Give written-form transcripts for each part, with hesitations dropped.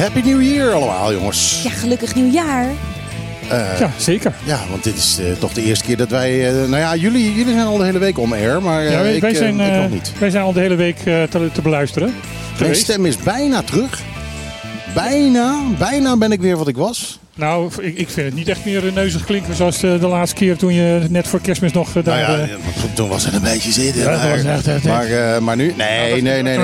Happy New Year allemaal, jongens. Ja, gelukkig nieuwjaar. Ja, zeker. Ja, want dit is toch de eerste keer dat wij... jullie zijn al de hele week on air, maar ik nog niet. Wij zijn al de hele week te beluisteren. Mijn stem is bijna terug. Bijna ben ik weer wat ik was. Nou, ik vind het niet echt meer neuzig klinken zoals de laatste keer toen je net voor Kerstmis nog... Toen was het een beetje zitten. Maar nu... Nee.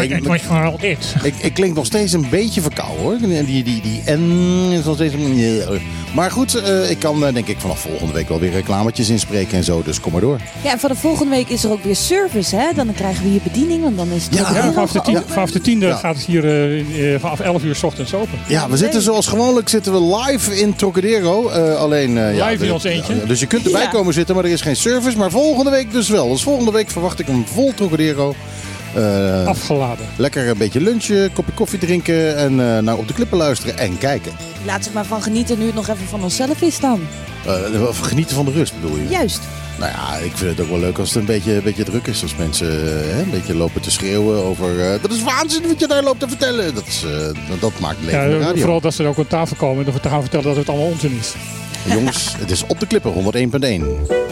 Ik klink nog steeds een beetje verkouden, hoor. Die N is nog steeds... Maar goed, ik kan denk ik vanaf volgende week wel weer reclametjes inspreken en zo. Dus kom maar door. Ja, en van de volgende week is er ook weer service, hè? Dan krijgen we hier bediening, want dan is het... vanaf de 10e gaat het hier vanaf 11 uur 's ochtends open. Ja, we zitten zoals gewoonlijk live in Trocadero. Live in ons eentje. Dus je kunt erbij komen zitten, maar er is geen service. Maar volgende week dus wel. Dus volgende week verwacht ik een vol Trocadero. Afgeladen. Lekker een beetje lunchen, kopje koffie drinken en naar Op de Klippen luisteren en kijken. Laat het maar van genieten nu het nog even van onszelf is dan. Genieten van de rust bedoel je? Juist. Nou ja, ik vind het ook wel leuk als het een beetje druk is. Als mensen een beetje lopen te schreeuwen over... dat is waanzin wat je daar loopt te vertellen. Dat maakt het leven radio. Vooral dat ze er ook aan tafel komen en te gaan vertellen dat het allemaal onzin is. Jongens, het is Op de Klippen 101.1.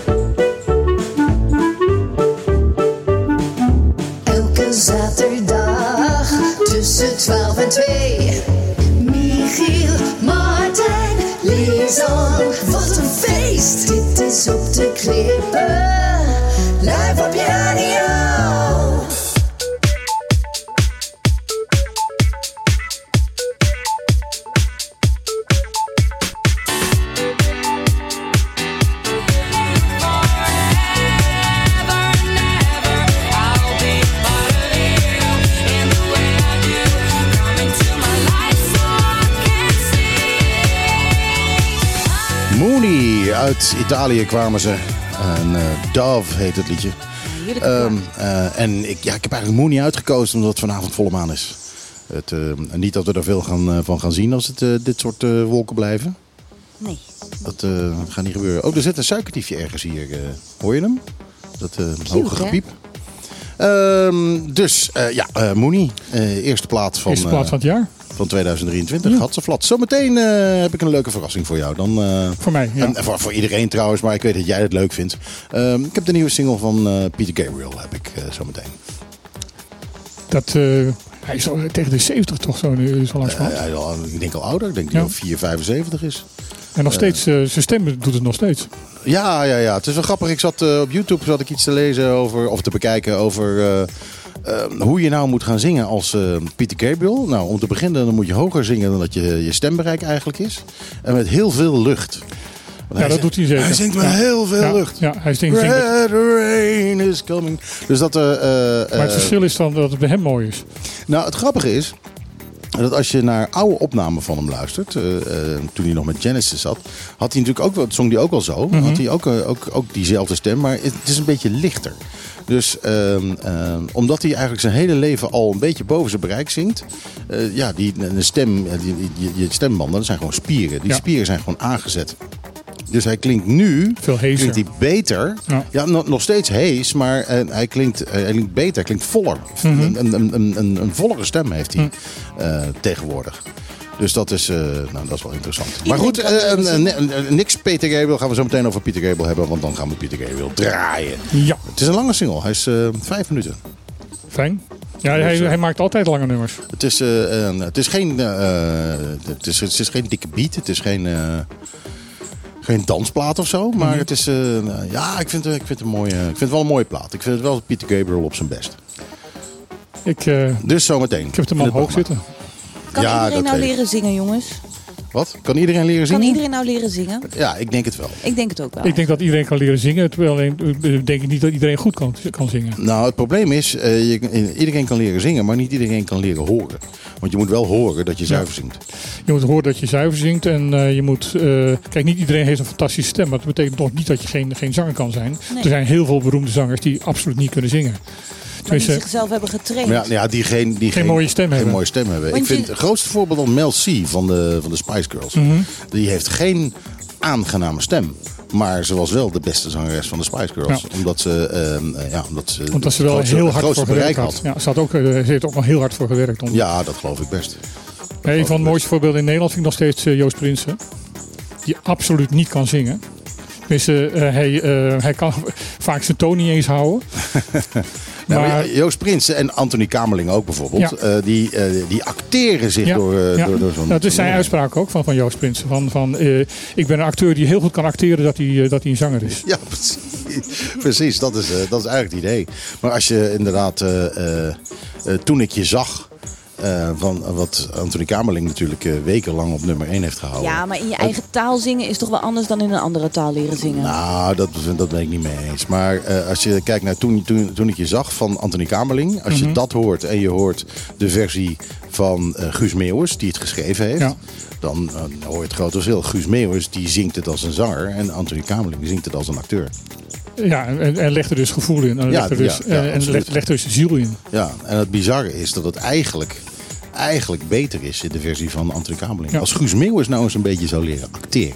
Zaterdag tussen 12 en 2. Michiel, Martijn, Lisan. Wat een feest! Dit is Op de Klippen. Live op je radio. Mooney, uit Italië kwamen ze. En Dove heet het liedje. En ik heb eigenlijk Mooney uitgekozen omdat het vanavond volle maan is. Niet dat we er veel van gaan zien als het dit soort wolken blijven. Nee. Dat gaat niet gebeuren. Oh, er zit een suikerdiefje ergens hier. Hoor je hem? Dat hoge gepiep. Mooney. Eerste plaat van het jaar. Van 2023, Hatseflat. Zometeen heb ik een leuke verrassing voor jou. Dan, voor mij, ja. En voor iedereen trouwens, maar ik weet dat jij het leuk vindt. Ik heb de nieuwe single van Peter Gabriel, heb ik zometeen. Hij is al tegen de 70 toch zo lang spannend? Ik denk al ouder, ik denk dat hij al 4,75 is. En nog steeds, zijn stem doet het nog steeds. Ja. Het is wel grappig. Ik zat op YouTube iets te lezen over, of te bekijken over... hoe je nou moet gaan zingen als Peter Gabriel. Nou, om te beginnen dan moet je hoger zingen dan dat je stembereik eigenlijk is. En met heel veel lucht. Ja, dat doet hij zeker. Hij zingt met heel veel lucht. Ja, hij zingt Red rain is coming. Dus dat, maar het verschil is dan dat het bij hem mooi is. Nou, het grappige is... dat als je naar oude opnamen van hem luistert, toen hij nog met Genesis zat, had hij natuurlijk ook, zong hij ook al zo, had hij ook diezelfde stem, maar het is een beetje lichter. Dus omdat hij eigenlijk zijn hele leven al een beetje boven zijn bereik zingt, je stembanden, dat zijn gewoon spieren. Die spieren zijn gewoon aangezet. Dus hij klinkt nu veel heeser. Klinkt hij beter. Ja, nog steeds hees, maar hij klinkt beter. Hij klinkt voller. Een vollere stem heeft hij tegenwoordig. Dus dat is wel interessant. Maar goed, niks Peter Gabriel. Gaan we zo meteen over Peter Gabriel hebben. Want dan gaan we Peter Gabriel draaien. Ja. Het is een lange single. Hij is 5 minuten. Fijn. Ja, hij maakt altijd lange nummers. Het is geen dikke beat. Het is geen dansplaat of zo, maar het is... ik vind het wel een mooie plaat. Ik vind het wel Peter Gabriel op zijn best. Dus zometeen. Ik heb het hem al hoog zitten. Kan iedereen nou leren zingen, jongens? Wat? Kan iedereen leren zingen? Kan iedereen nou leren zingen? Ja, ik denk het wel. Ik denk het ook wel. Ik denk dat iedereen kan leren zingen, terwijl denk ik niet dat iedereen goed kan zingen. Nou, het probleem is, iedereen kan leren zingen, maar niet iedereen kan leren horen. Want je moet wel horen dat je zuiver zingt. Je moet horen dat je zuiver zingt en je moet... kijk, niet iedereen heeft een fantastische stem, maar dat betekent nog niet dat je geen zanger kan zijn. Nee. Er zijn heel veel beroemde zangers die absoluut niet kunnen zingen. Maar die zichzelf hebben getraind. Die geen mooie stem hebben. Ik vind het grootste voorbeeld dan Mel C van de Spice Girls. Die heeft geen aangename stem. Maar ze was wel de beste zangeres van de Spice Girls. Ja. Omdat ze wel heel hard voor bereik had. Ja, ze heeft ook wel heel hard voor gewerkt. Ja, dat geloof ik best. Een van de mooiste voorbeelden in Nederland vind ik nog steeds Joost Prinsen. Die absoluut niet kan zingen. Tenminste, hij kan vaak zijn toon niet eens houden. Maar Joost Prinsen en Anthony Kamerling ook bijvoorbeeld. Ja. Die acteren zich door zo'n... Dat is zijn uitspraak ook van Joost Prinsen. Ik ben een acteur die heel goed kan acteren dat hij een zanger is. Ja, precies. Dat is eigenlijk het idee. Maar als je inderdaad... toen ik je zag... van wat Anthony Kamerling natuurlijk wekenlang op nummer 1 heeft gehouden. Ja, maar in je eigen taal zingen is toch wel anders dan in een andere taal leren zingen? Nou, dat ben ik niet mee eens. Maar als je kijkt naar toen ik je zag van Anthony Kamerling. Als je dat hoort en je hoort de versie van Guus Meeuwis, die het geschreven heeft. Ja. Dan hoor je het groot verschil. Guus Meeuwis die zingt het als een zanger. En Anthony Kamerling zingt het als een acteur. Ja, en legt er dus gevoel in. En legt er dus ziel in. Ja, en het bizarre is dat het eigenlijk beter is in de versie van Anthony Kamerling. Ja. Als Guus Meeuwis nou eens een beetje zou leren acteren.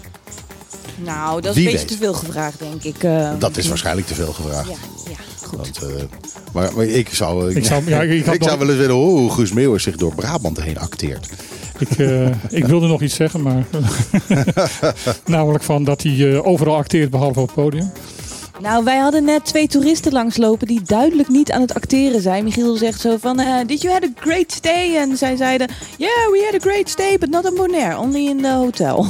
Nou, dat is een beetje te veel gevraagd, denk ik. Dat is waarschijnlijk te veel gevraagd. Ja, goed. Maar ik zou wel eens willen horen hoe Guus Meeuwis zich door Brabant heen acteert. Ik wilde nog iets zeggen, maar namelijk van dat hij overal acteert behalve op het podium. Nou, wij hadden net 2 toeristen langslopen die duidelijk niet aan het acteren zijn. Michiel zegt zo van, did you had a great stay? En zij zeiden, yeah, we had a great stay, but not in Bonaire, only in the hotel.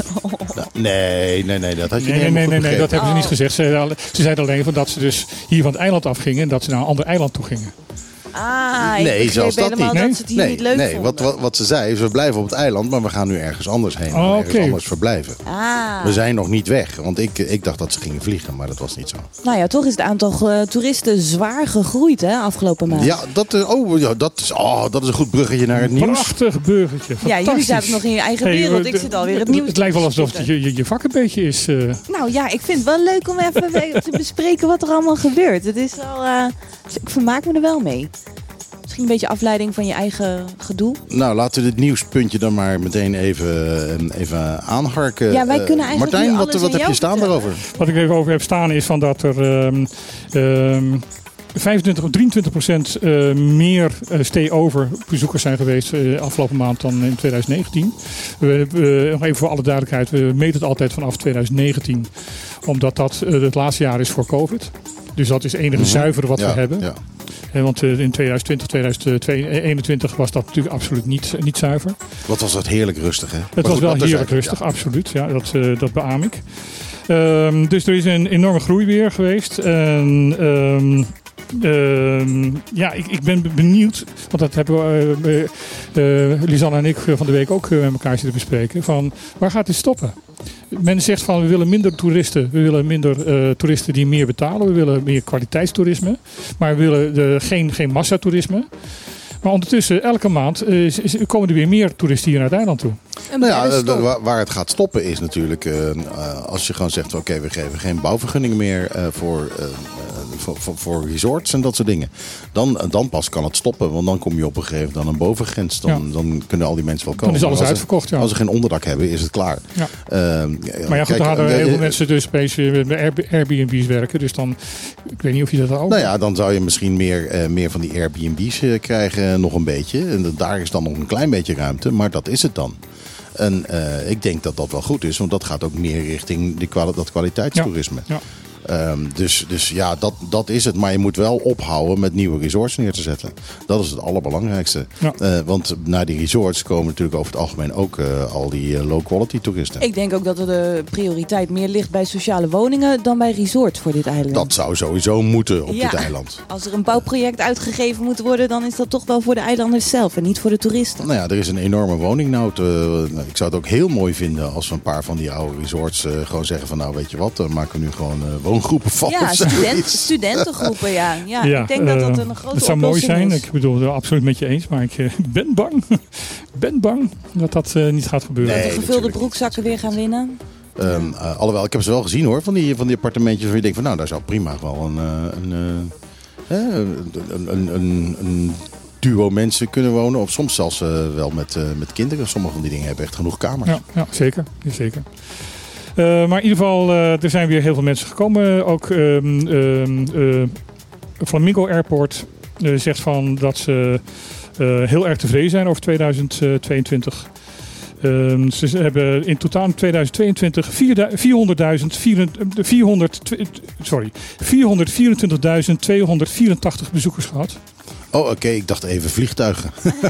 Nee, dat had je Nee, dat hebben ze niet gezegd. Ze zeiden alleen van dat ze dus hier van het eiland afgingen en dat ze naar een ander eiland toe gingen. Nee, zelfs dat niet. Dat ze het hier niet leuk vonden. Wat ze zei is, we blijven op het eiland, maar we gaan nu ergens anders heen. Ergens anders verblijven. We zijn nog niet weg, want ik dacht dat ze gingen vliegen, maar dat was niet zo. Nou ja, toch is het aantal toeristen zwaar gegroeid afgelopen maand. Ja, dat is een goed bruggetje naar het nieuws. Prachtig bruggetje. Ja, jullie zaten nog in je eigen wereld. Ik zit alweer het nieuws. Het lijkt wel alsof het je vak een beetje is. Nou ja, ik vind het wel leuk om even te bespreken wat er allemaal gebeurt. Het is wel, ik vermaak me er wel mee. Misschien een beetje afleiding van je eigen gedoe. Nou, laten we dit nieuwspuntje dan maar meteen even aanharken. Ja, wij kunnen eigenlijk Martijn, wat heb je staan daarover? Wat ik even over heb staan is van dat er 25 of 23% meer stay-over bezoekers zijn geweest afgelopen maand dan in 2019. Nog even voor alle duidelijkheid, we meten het altijd vanaf 2019. Omdat dat het laatste jaar is voor COVID. Dus dat is het enige zuivere wat we hebben. Ja. Want in 2020, 2021 was dat natuurlijk absoluut niet zuiver. Wat was dat heerlijk rustig, hè? Het was wel heerlijk rustig, absoluut. Ja, dat beaam ik. Dus er is een enorme groei weer geweest. Ik ben benieuwd, want dat hebben Lisanne en ik van de week ook met elkaar zitten bespreken. Van waar gaat dit stoppen? Men zegt van we willen minder toeristen. We willen minder toeristen die meer betalen. We willen meer kwaliteitstoerisme. Maar we willen geen massatoerisme. Maar ondertussen, elke maand komen er weer meer toeristen hier naar het eiland toe. Waar het gaat stoppen is natuurlijk als je gewoon zegt, oké, we geven geen bouwvergunningen meer voor resorts en dat soort dingen. Dan pas kan het stoppen, want dan kom je op een gegeven moment aan een bovengrens. Dan kunnen al die mensen wel komen. Dan is alles uitverkocht, ja. Als ze geen onderdak hebben, is het klaar. Ja. Maar ja, goed, dan hadden heel veel mensen dus met Airbnb's werken. Dus dan, ik weet niet of je dat ook... Nou ja, dan zou je misschien meer van die Airbnb's krijgen, nog een beetje. En daar is dan nog een klein beetje ruimte, maar dat is het dan. En ik denk dat dat wel goed is, want dat gaat ook meer richting dat kwaliteitstoerisme. Ja. Dus ja, dat is het. Maar je moet wel ophouden met nieuwe resorts neer te zetten. Dat is het allerbelangrijkste. Ja. Want naar die resorts komen natuurlijk over het algemeen ook al die low-quality toeristen. Ik denk ook dat er de prioriteit meer ligt bij sociale woningen dan bij resorts voor dit eiland. Dat zou sowieso moeten op dit eiland. Als er een bouwproject uitgegeven moet worden, dan is dat toch wel voor de eilanders zelf en niet voor de toeristen. Nou ja, er is een enorme woningnood. Ik zou het ook heel mooi vinden als we een paar van die oude resorts gewoon zeggen van nou weet je wat, dan maken we nu gewoon woongroepen van. Ja, studentengroepen, ja. Ik denk dat dat een grote dat zou mooi zijn. Is. Ik bedoel, het absoluut met je eens, maar ik ben bang dat niet gaat gebeuren. Dat de gevulde broekzakken weer gaan winnen. Alhoewel, ik heb ze wel gezien hoor, van die appartementjes waar je denkt van nou, daar zou prima wel een duo mensen kunnen wonen. Of soms zelfs wel met kinderen. Sommige van die dingen hebben echt genoeg kamers. Ja, zeker. Maar in ieder geval, er zijn weer heel veel mensen gekomen. Ook Flamingo Airport zegt van dat ze heel erg tevreden zijn over 2022. Ze hebben in totaal in 2022 424.284 bezoekers gehad. Oh, oké. Ik dacht even vliegtuigen.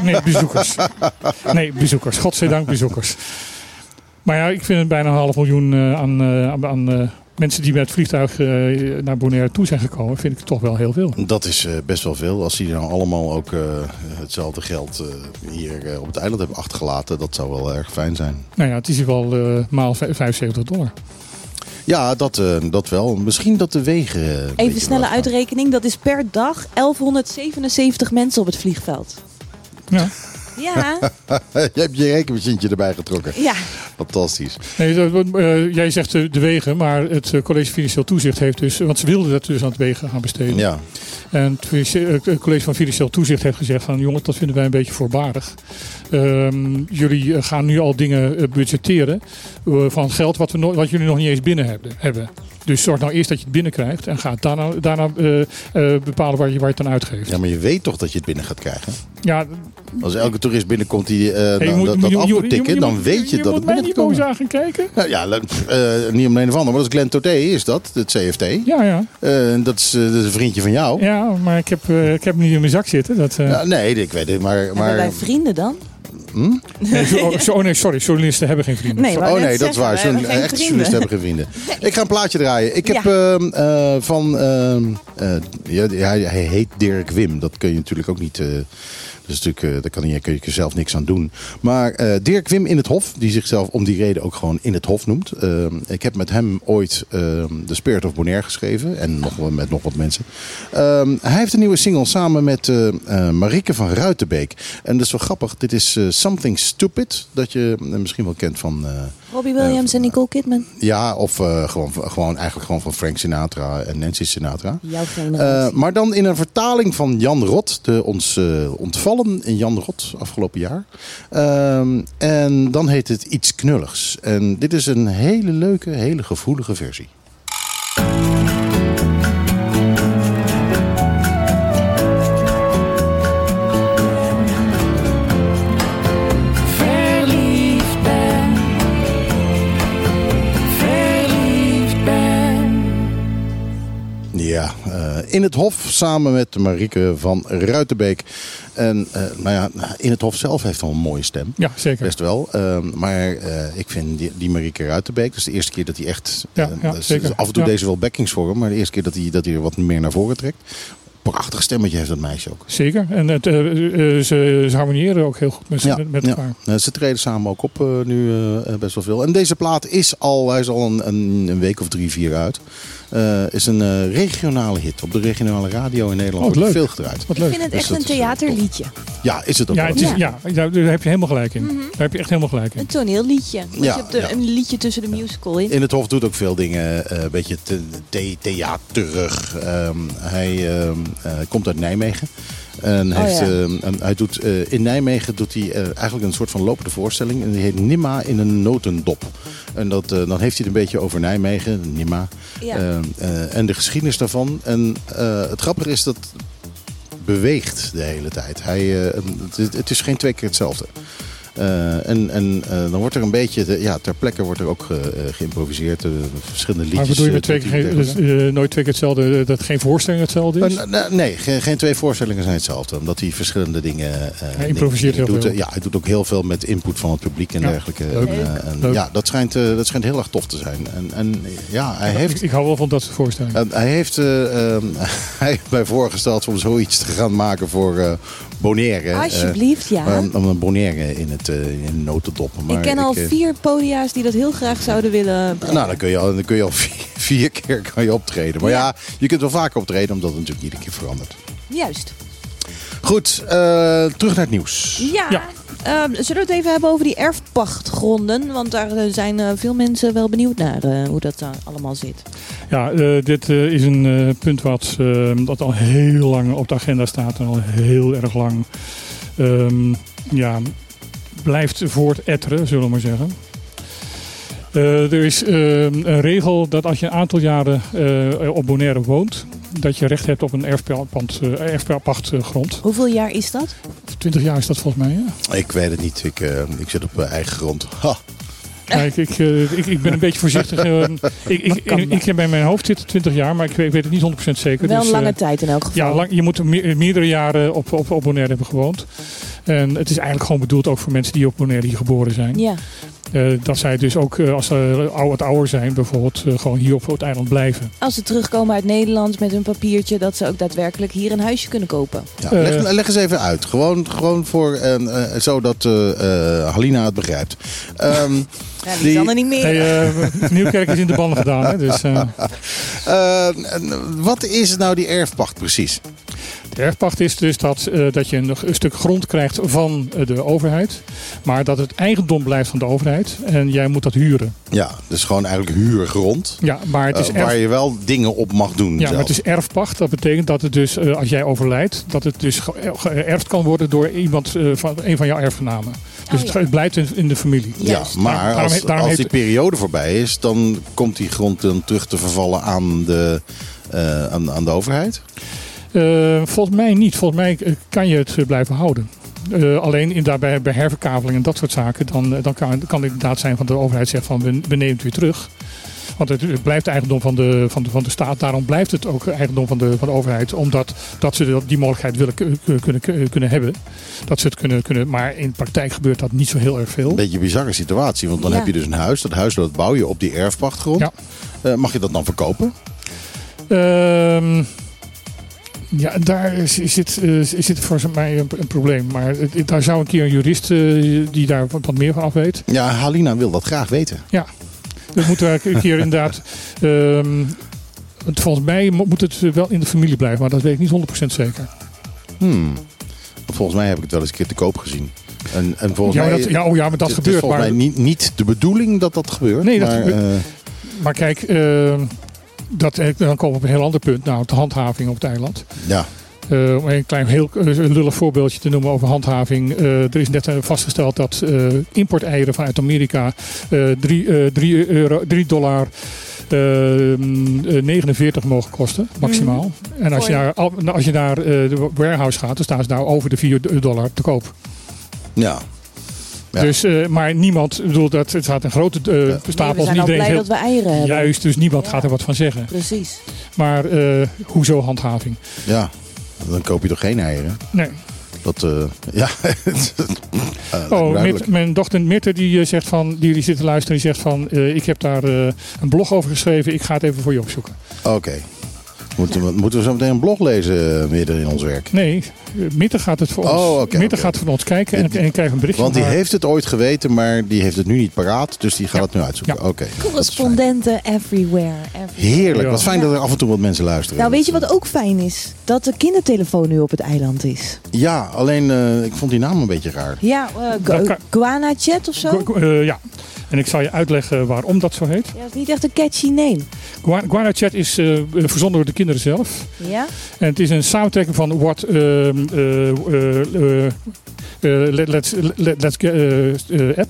Nee, bezoekers. Godzijdank bezoekers. Maar ja, ik vind het bijna 500.000 aan mensen die met het vliegtuig naar Bonaire toe zijn gekomen, vind ik toch wel heel veel. Dat is best wel veel. Als die nou allemaal ook hetzelfde geld hier op het eiland hebben achtergelaten, dat zou wel erg fijn zijn. Nou ja, het is hier wel maal $75. Ja, dat wel. Misschien dat de wegen... Even snelle uitrekening. Dat is per dag 1177 mensen op het vliegveld. Ja. Ja. Je hebt je rekenmachientje erbij getrokken. Ja. Fantastisch. Nee, jij zegt de wegen, maar het College Financieel Toezicht heeft dus... Want ze wilden dat dus aan het wegen gaan besteden. Ja. En het College van Financieel Toezicht heeft gezegd van... jongens, dat vinden wij een beetje voorbarig. Jullie gaan nu al dingen budgetteren van geld wat jullie nog niet eens binnen hebben. Dus zorg nou eerst dat je het binnenkrijgt en ga daarna bepalen waar je het dan uitgeeft. Ja, maar je weet toch dat je het binnen gaat krijgen? Ja. Als elke toerist binnenkomt die dat af moet tikken, dan weet je dat het binnen moet mij niet boos aan gaan kijken. Ja, niet om een of ander, maar dat is Glenn Toté, is dat, het CFT. Ja. Dat is een vriendje van jou. Ja, maar ik heb hem niet in mijn zak zitten. Nee, ik weet het, maar... Hebben wij vrienden dan? Nee, sorry, journalisten hebben geen vrienden. Nee, dat is waar. Echte journalisten hebben geen vrienden. Nee. Ik ga een plaatje draaien. Ik heb hij heet Dirk Wim. Dat kun je natuurlijk ook niet... Dus natuurlijk, daar kun je zelf niks aan doen. Maar Dirk Wim in het Hof, die zichzelf om die reden ook gewoon in het Hof noemt. Ik heb met hem ooit The Spirit of Bonaire geschreven. En met nog wat mensen. Hij heeft een nieuwe single samen met Marieke van Ruitenbeek. En dat is wel grappig. Dit is Something Stupid. Dat je misschien wel kent van... Robbie Williams en Nicole Kidman. Ja, of eigenlijk gewoon van Frank Sinatra en Nancy Sinatra. Jouw generatie. Maar dan in een vertaling van Jan Rot. Ons ontvallen in Jan Rot afgelopen jaar. En dan heet het Iets Knulligs. En dit is een hele leuke, hele gevoelige versie. Ja, in het Hof samen met Marieke van Ruitenbeek. En in het Hof zelf heeft al een mooie stem. Ja, zeker. Best wel. Maar ik vind die Marieke Ruitenbeek, dat is de eerste keer dat hij echt... zeker. Af en toe deze wel backings voor hem, maar de eerste keer dat hij er wat meer naar voren trekt. Prachtig stemmetje heeft dat meisje ook. Zeker. En ze harmoniëren ook heel goed met elkaar. Ja. Ze treden samen ook op nu best wel veel. En deze plaat hij is al een week of 3-4 uit. Is een regionale hit. Op de regionale radio in Nederland wordt veel gedraaid. Ik vind het echt een theaterliedje. Ja, is het ook. Daar heb je helemaal gelijk in. Daar heb je echt helemaal gelijk in. Een toneelliedje. Je hebt een liedje tussen de musical in. In het Hof doet ook veel dingen een beetje theaterig. Hij komt uit Nijmegen. En hij doet, in Nijmegen doet hij eigenlijk een soort van lopende voorstelling. En die heet Nimma in een notendop. En dan heeft hij het een beetje over Nijmegen, Nimma. Ja. En de geschiedenis daarvan. En het grappige is dat beweegt de hele tijd. Het is geen 2 keer hetzelfde. Dan wordt er een beetje, ter plekke wordt er ook geïmproviseerd. Verschillende liedjes. Maar bedoel je met nooit 2 keer hetzelfde, dat geen voorstelling hetzelfde is? Nee, geen 2 voorstellingen zijn hetzelfde. Omdat hij verschillende dingen... Hij improviseert heel veel. Ja, hij doet ook heel veel met input van het publiek en dergelijke. Leuk. Dat schijnt heel erg tof te zijn. Hij heeft... Ik hou wel van dat soort voorstellingen. Hij heeft mij voorgesteld om zoiets te gaan maken voor... Bonaire. Alsjeblieft, om een Bonaire in een notendop. Maar ik ken al 4 podia's die dat heel graag zouden willen brengen. Nou, dan kun je al 4 keer optreden. Maar je kunt wel vaker optreden, omdat het natuurlijk iedere keer verandert. Juist. Goed, terug naar het nieuws. Ja. Zullen we het even hebben over die erfpachtgronden? Want daar zijn veel mensen wel benieuwd naar hoe dat allemaal zit. Ja, dit is een punt dat al heel lang op de agenda staat. En al heel erg lang blijft voortetteren, zullen we maar zeggen. Er is een regel dat als je een aantal jaren op Bonaire woont... dat je recht hebt op een erfpachtgrond. Hoeveel jaar is dat? 20 jaar is dat volgens mij, ja. Ik weet het niet. Ik zit op eigen grond. Ha. Ja, ik ben een beetje voorzichtig. Ik heb bij mijn hoofd zitten 20 jaar, maar ik weet het niet 100% zeker. Wel dus, een lange tijd in elk geval. Ja, je moet meerdere jaren op Bonaire hebben gewoond. En het is eigenlijk gewoon bedoeld ook voor mensen die op Bonaire hier geboren zijn. Ja. Dat zij dus ook, als ze wat ouder zijn, bijvoorbeeld gewoon hier op het eiland blijven. Als ze terugkomen uit Nederland met hun papiertje, dat ze ook daadwerkelijk hier een huisje kunnen kopen. Ja, leg eens even uit. Gewoon voor zodat Halina het begrijpt. Ja, die kan er niet meer. Nieuwkerk is in de banden gedaan. Hè, dus, wat is nou die erfpacht precies? De erfpacht is dus dat je een stuk grond krijgt van de overheid. Maar dat het eigendom blijft van de overheid. En jij moet dat huren. Ja, dus gewoon eigenlijk huurgrond. Ja, maar het is waar je wel dingen op mag doen. Ja, zelf. maar het is erfpacht. Dat betekent dat het dus, als jij overlijdt, dat het dus geërfd kan worden door iemand van een van jouw erfgenamen. Dus het blijft in de familie. Ja, maar als die periode voorbij is, dan komt die grond dan terug te vervallen aan de overheid? Volgens mij niet. Volgens mij kan je het blijven houden. Alleen daarbij bij herverkaveling en dat soort zaken, dan kan het inderdaad zijn van de overheid zegt van we nemen het weer terug. Want het blijft eigendom van de staat. Daarom blijft het ook eigendom van de overheid. Omdat ze die mogelijkheid willen kunnen hebben. Dat ze het kunnen. Maar in de praktijk gebeurt dat niet zo heel erg veel. Een beetje een bizarre situatie. Want dan heb je dus een huis. Dat huis dat bouw je op die erfpachtgrond. Ja. Mag je dat dan verkopen? Ja, daar zit voor mij een probleem. Maar daar zou een keer een jurist die daar wat meer van af weet. Ja, Halina wil dat graag weten. Ja, we moeten een keer inderdaad... volgens mij moet het wel in de familie blijven. Maar dat weet ik niet 100% zeker. Volgens mij heb ik het wel eens een keer te koop gezien. En volgens mij, maar dat gebeurt. Het is volgens mij niet de bedoeling dat gebeurt. Nee, dat gebeurt. Maar kijk... dan komen we op een heel ander punt. Nou, de handhaving op het eiland. Ja. Om een klein heel lullig voorbeeldje te noemen over handhaving. Er is net vastgesteld dat importeieren vanuit Amerika $3,49 mogen kosten, maximaal. En als je naar de warehouse gaat, dan staan ze daar over de $4 te koop. Ja. Ja. Dus, maar niemand, het staat een grote stapel. We zijn al blij dat we eieren hebben. Juist, dus niemand gaat er wat van zeggen. Precies. Maar hoezo handhaving? Ja, dan koop je toch geen eieren? Nee. Dat, ja. Mijn dochter Mirte die zegt van, die zit te luisteren, die zegt van, ik heb daar een blog over geschreven, ik ga het even voor je opzoeken. Oké. Moeten we zo meteen een blog lezen midden in ons werk? Nee, Mirte gaat het voor ons. Mirte gaat voor ons kijken en krijgt een bericht. Want die heeft het ooit geweten, maar die heeft het nu niet paraat. Dus die gaat het nu uitzoeken. Ja. Okay, correspondenten everywhere. Heerlijk. Wat fijn dat er af en toe wat mensen luisteren. Nou, weet je wat ook fijn is? Dat de kindertelefoon nu op het eiland is. Ja, alleen ik vond die naam een beetje raar. Ja, Guana Chat of zo? Ja. En ik zal je uitleggen waarom dat zo heet. Ja, dat is niet echt een catchy name. Guana Chat is verzonden door de kinderen zelf. Ja? En het is een samentrekking van Let's app.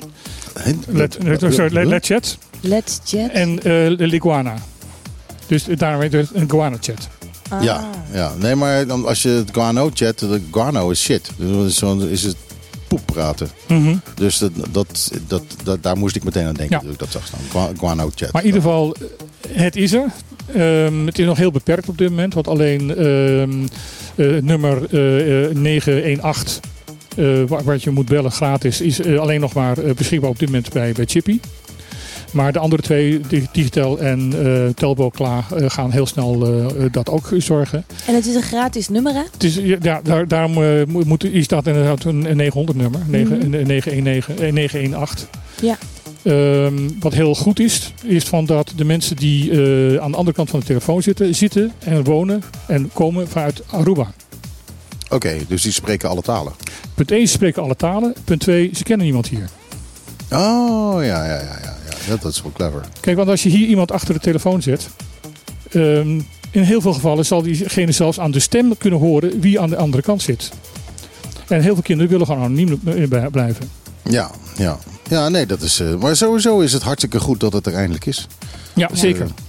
Let's Chat. Let's Chat. En Liguana. Dus daarom heet het een Guana Chat. Ah. Ja. Nee, maar als je het Guano chat, de Guano is shit. Dus is het poep praten. Mm-hmm. Dus daar moest ik meteen aan denken toen ik dat zag staan. Guano chat. Maar in ieder geval, het is er. Het is nog heel beperkt op dit moment. Want alleen nummer 918, waar je moet bellen gratis, is alleen nog maar beschikbaar op dit moment bij Chippy. Maar de andere twee, Digitel en Telbo Klaar, gaan heel snel dat ook zorgen. En het is een gratis nummer, hè? Het is, daarom is dat inderdaad een 900 nummer. 918. Ja. Wat heel goed is van dat de mensen die aan de andere kant van de telefoon zitten en wonen en komen vanuit Aruba. Oké, dus die spreken alle talen. Punt 1, ze spreken alle talen. Punt 2, ze kennen niemand hier. Oh, ja. Dat is wel clever. Kijk, want als je hier iemand achter de telefoon zet, in heel veel gevallen zal diegene zelfs aan de stem kunnen horen wie aan de andere kant zit. En heel veel kinderen willen gewoon anoniem blijven. Ja, nee, dat is... maar sowieso is het hartstikke goed dat het er eindelijk is. Ja, zeker.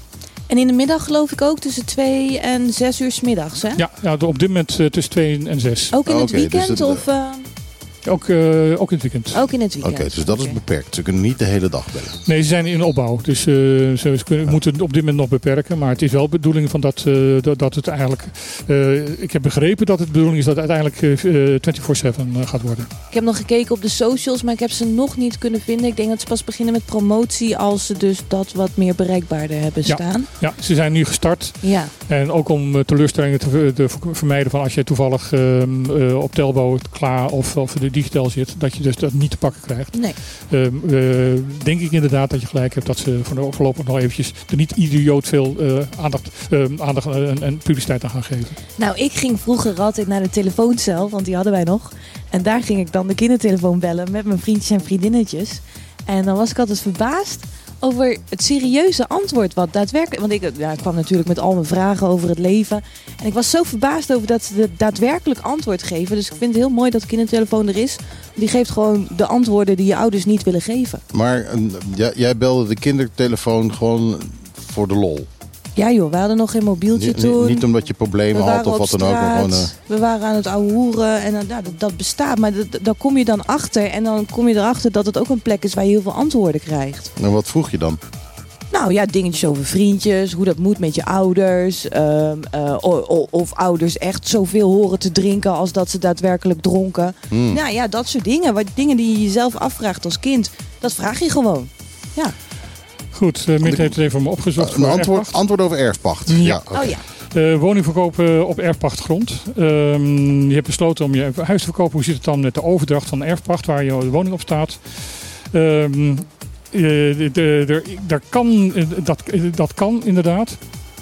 En in de middag geloof ik ook tussen 2 en 6 uur 's middags, hè? Ja, op dit moment tussen 2 en 6. Ook in het Oké, dus weekend het- of... Ook in het weekend. Ook in het weekend. Oké, dus dat is Oké. beperkt. Ze kunnen niet de hele dag bellen. Nee, ze zijn in opbouw. Dus ze moeten het op dit moment nog beperken. Maar het is wel de bedoeling van dat het eigenlijk... ik heb begrepen dat het de bedoeling is dat het uiteindelijk 24/7 gaat worden. Ik heb nog gekeken op de socials, maar ik heb ze nog niet kunnen vinden. Ik denk dat ze pas beginnen met promotie als ze dus dat wat meer bereikbaarder hebben Ja. staan. Ja, ze zijn nu gestart. Ja. En ook om teleurstellingen te vermijden van als jij toevallig op Telbo, Kla of de digitaal zit, dat je dus dat niet te pakken krijgt. Nee. Denk ik inderdaad dat je gelijk hebt dat ze voorlopig nog eventjes er niet idioot veel aandacht en publiciteit aan gaan geven. Nou, ik ging vroeger altijd naar de telefooncel, want die hadden wij nog. En daar ging ik dan de kindertelefoon bellen met mijn vriendjes en vriendinnetjes. En dan was ik altijd verbaasd over het serieuze antwoord wat daadwerkelijk... Want ik kwam natuurlijk met al mijn vragen over het leven. En ik was zo verbaasd over dat ze daadwerkelijk antwoord geven. Dus ik vind het heel mooi dat de kindertelefoon er is. Die geeft gewoon de antwoorden die je ouders niet willen geven. Maar jij belde de kindertelefoon gewoon voor de lol. Ja joh, we hadden nog geen mobieltje toen. Niet omdat je problemen had of wat dan ook. Maar gewoon, We waren aan het ouwehoeren en dat bestaat. Maar daar kom je dan achter. En dan kom je erachter dat het ook een plek is waar je heel veel antwoorden krijgt. en wat vroeg je dan? Nou ja, dingetjes over vriendjes, hoe dat moet met je ouders. Of ouders echt zoveel horen te drinken als dat ze daadwerkelijk dronken. Nou ja, dat soort dingen. Dingen die je jezelf afvraagt als kind, dat vraag je gewoon. Ja. Goed, Mint heeft het even voor me opgezocht. voor erfpacht. Antwoord over erfpacht. Ja. Oké. Oh ja. Woning verkopen op erfpachtgrond. Je hebt besloten om je huis te verkopen. Hoe zit het dan met de overdracht van erfpacht waar je woning op staat? Dat kan inderdaad.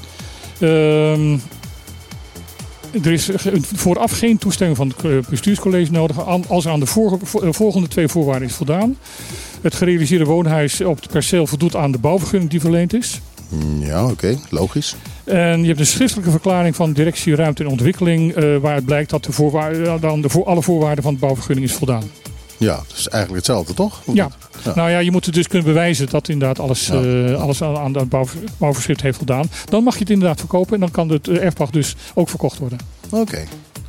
Er is vooraf geen toestemming van het bestuurscollege nodig als aan de volgende 2 voorwaarden is voldaan. Het gerealiseerde woonhuis op het perceel voldoet aan de bouwvergunning die verleend is. Ja, oké. Logisch. En je hebt een schriftelijke verklaring van directie ruimte en ontwikkeling waaruit blijkt dat alle voorwaarden van de bouwvergunning is voldaan. Ja, dat is eigenlijk hetzelfde, toch? Ja. Nou ja, je moet het dus kunnen bewijzen dat inderdaad alles aan de bouwverschrift heeft voldaan. Dan mag je het inderdaad verkopen en dan kan het erfpacht dus ook verkocht worden. Oké.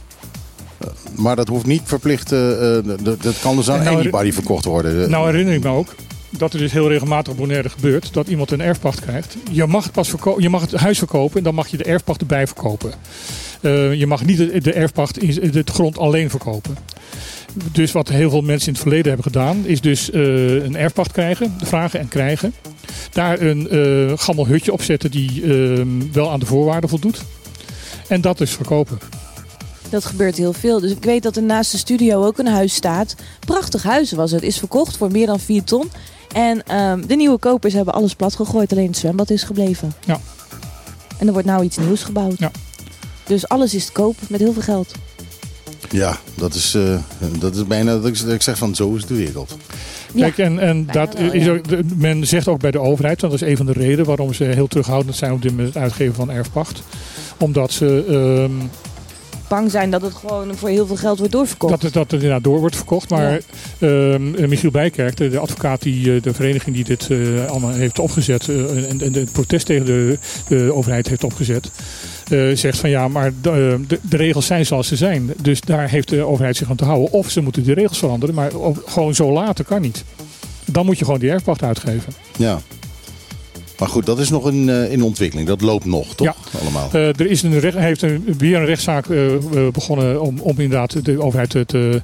Maar dat hoeft niet verplicht. Dat kan dus aan anybody verkocht worden. Nou herinner ik me ook dat er dus heel regelmatig op Bonaire gebeurt dat iemand een erfpacht krijgt. Je mag het huis verkopen en dan mag je de erfpacht erbij verkopen. Je mag niet de erfpacht in de grond alleen verkopen. Dus wat heel veel mensen in het verleden hebben gedaan, is dus een erfpacht vragen en krijgen. Daar een gammel hutje op zetten die wel aan de voorwaarden voldoet. En dat dus verkopen. Dat gebeurt heel veel. Dus ik weet dat er naast de studio ook een huis staat. Prachtig huis was het. Is verkocht voor meer dan 4 ton. En de nieuwe kopers hebben alles plat gegooid. Alleen het zwembad is gebleven. Ja. En er wordt nou iets nieuws gebouwd. Ja. Dus alles is te koop met heel veel geld. Ja, dat is bijna dat ik zeg van zo is de wereld. Kijk, en dat wel, is ja. ook, men zegt ook bij de overheid, want dat is een van de redenen waarom ze heel terughoudend zijn op dit moment het uitgeven van erfpacht. Omdat ze Bang zijn dat het gewoon voor heel veel geld wordt doorverkocht. dat het inderdaad door wordt verkocht. Maar Michiel Bijkerk, de advocaat die de vereniging die dit allemaal heeft opgezet en het protest tegen de overheid heeft opgezet, zegt van ja, maar de regels zijn zoals ze zijn. Dus daar heeft de overheid zich aan te houden. Of ze moeten de regels veranderen, maar gewoon zo later kan niet. Dan moet je gewoon die erfpacht uitgeven. Ja. Maar goed, dat is nog in ontwikkeling. Dat loopt nog, toch? Ja. Allemaal. Er is weer een rechtszaak begonnen om inderdaad de overheid te